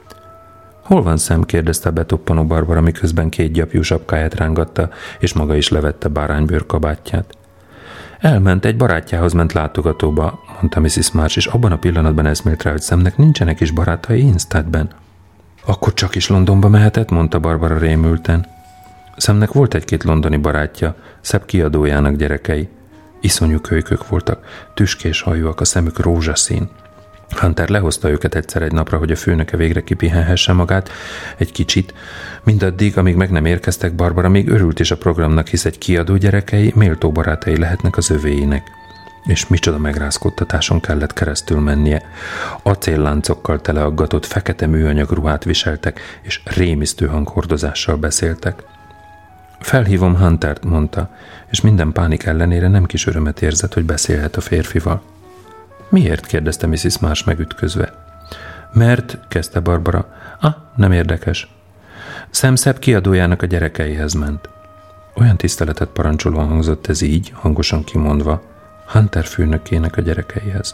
Hol van Sam? kérdezte betoppanó Barbara, miközben két gyapjú sapkáját rángatta, és maga is levette báránybőr kabátját. Elment, egy barátjához ment látogatóba, mondta missziz Marsh, és abban a pillanatban eszmélt rá, hogy Samnek nincsenek is barátai Instedben. Akkor csak is Londonba mehetett, mondta Barbara rémülten. Samnek volt egy-két londoni barátja, szebb kiadójának gyerekei. Iszonyú kölykök voltak, tüskés hajúak, a szemük rózsaszín. Hunter lehozta őket egyszer egy napra, hogy a főnöke végre kipihenhesse magát egy kicsit. Mindaddig, amíg meg nem érkeztek, Barbara még örült is a programnak, hisz egy kiadó gyerekei méltó barátai lehetnek az övéinek. És micsoda megrázkódtatáson kellett keresztül mennie. Acélláncokkal teleaggatott fekete műanyag ruhát viseltek, és rémisztő hanghordozással beszéltek. Felhívom Huntert, mondta, és minden pánik ellenére nem kis örömet érzett, hogy beszélhet a férfival. Miért? kérdezte missziz Marsh megütközve. Mert, kezdte Barbara. Ah, nem érdekes. Sam szebb kiadójának a gyerekeihez ment. Olyan tiszteletet parancsolóan hangzott ez így, hangosan kimondva, Hunter főnökének a gyerekeihez.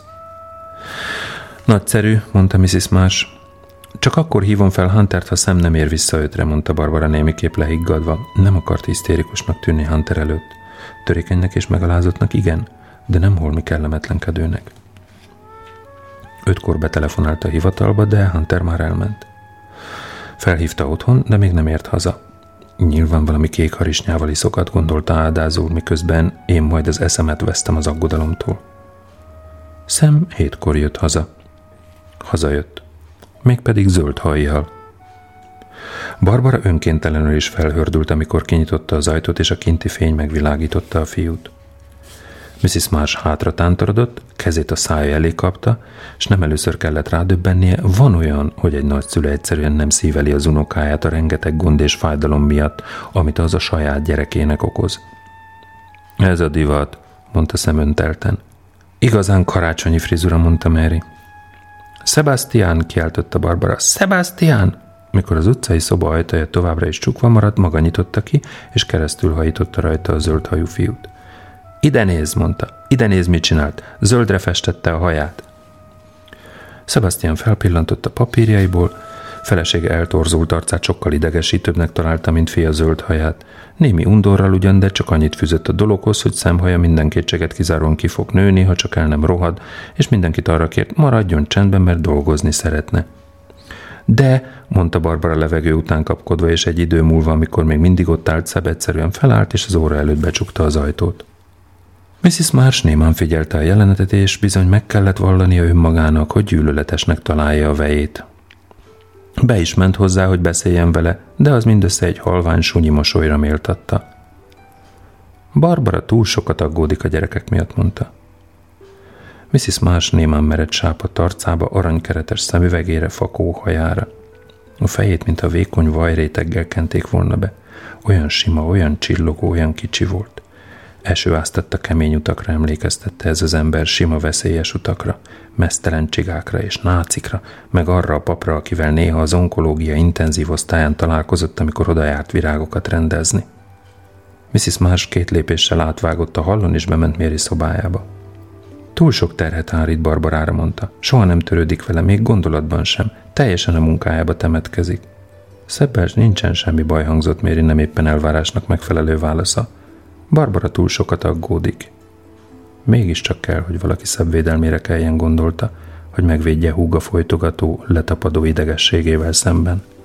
Nagyszerű, mondta missziz Marsh. Csak akkor hívom fel Huntert, ha Sam nem ér vissza ötre, mondta Barbara némiképp lehiggadva. Nem akart hisztérikusnak tűnni Hunter előtt. Törékenynek és megalázottnak igen, de nem holmi kellemetlenkedőnek. Ötkor betelefonált a hivatalba, de Hunter már elment. Felhívta otthon, de még nem ért haza. Nyilván valami kék harisnyával iszokat, gondolta ádázul, miközben én majd az eszemet vesztem az aggodalomtól. Sam hétkor jött haza. Hazajött. Mégpedig zöld hajjal. Barbara önkéntelenül is felhördült, amikor kinyitotta az ajtót, és a kinti fény megvilágította a fiút. missziz Marsh hátra tántorodott, kezét a szája elé kapta, és nem először kellett rádöbbennie, van olyan, hogy egy nagyszülő egyszerűen nem szíveli az unokáját a rengeteg gond és fájdalom miatt, amit az a saját gyerekének okoz. Ez a divat, mondta szemöntelten. Igazán karácsonyi frizura, mondta Mary. Sebastian, kiáltotta Barbara. Sebastian! Mikor az utcai szoba ajtaja továbbra is csukva maradt, maga nyitotta ki, és keresztül hajította rajta a zöldhajú fiút. Ide nézz, mondta. Ide nézz, mit csinált. Zöldre festette a haját. Sebastian felpillantott a papírjaiból, felesége eltorzult arcát sokkal idegesítőbbnek találta, mint fia zöld haját. Némi undorral ugyan, de csak annyit fűzött a dologhoz, hogy szemhaja minden kétséget kizáróan ki fog nőni, ha csak el nem rohad, és mindenkit arra kért, maradjon csendben, mert dolgozni szeretne. De, mondta Barbara levegő után kapkodva, és egy idő múlva, amikor még mindig ott állt, Szeb egyszerűen felállt, és az óra előtt becsukta az ajtót. missziz Marsh némán figyelte a jelenetet, és bizony meg kellett vallania önmagának, hogy gyűlöletesnek találja a vejét. Be is ment hozzá, hogy beszéljen vele, de az mindössze egy halvány sunyi mosolyra méltatta. Barbara túl sokat aggódik a gyerekek miatt, mondta. missziz Marsh némán meredt sápadt arcába, aranykeretes szemüvegére, fakó hajára. A fejét, mint a vékony vajréteggel kenték volna be. Olyan sima, olyan csillogó, olyan kicsi volt. Esőáztatta kemény utakra emlékeztette ez az ember, sima veszélyes utakra, meztelen csigákra és nácikra, meg arra a papra, akivel néha az onkológia intenzív osztályán találkozott, amikor oda járt virágokat rendezni. missziz Marsh két lépéssel átvágott a hallon, és bement Mary szobájába. Túl sok terhet hárít Barbarára, mondta. Soha nem törődik vele, még gondolatban sem. Teljesen a munkájába temetkezik. Szebbels, nincsen semmi baj, hangzott Mary nem éppen elvárásnak megfelelő válasza. Barbara túl sokat aggódik. Mégiscsak kell, hogy valaki szebb védelmére kelljen, gondolta, hogy megvédje húga folytogató, letapadó idegességével szemben.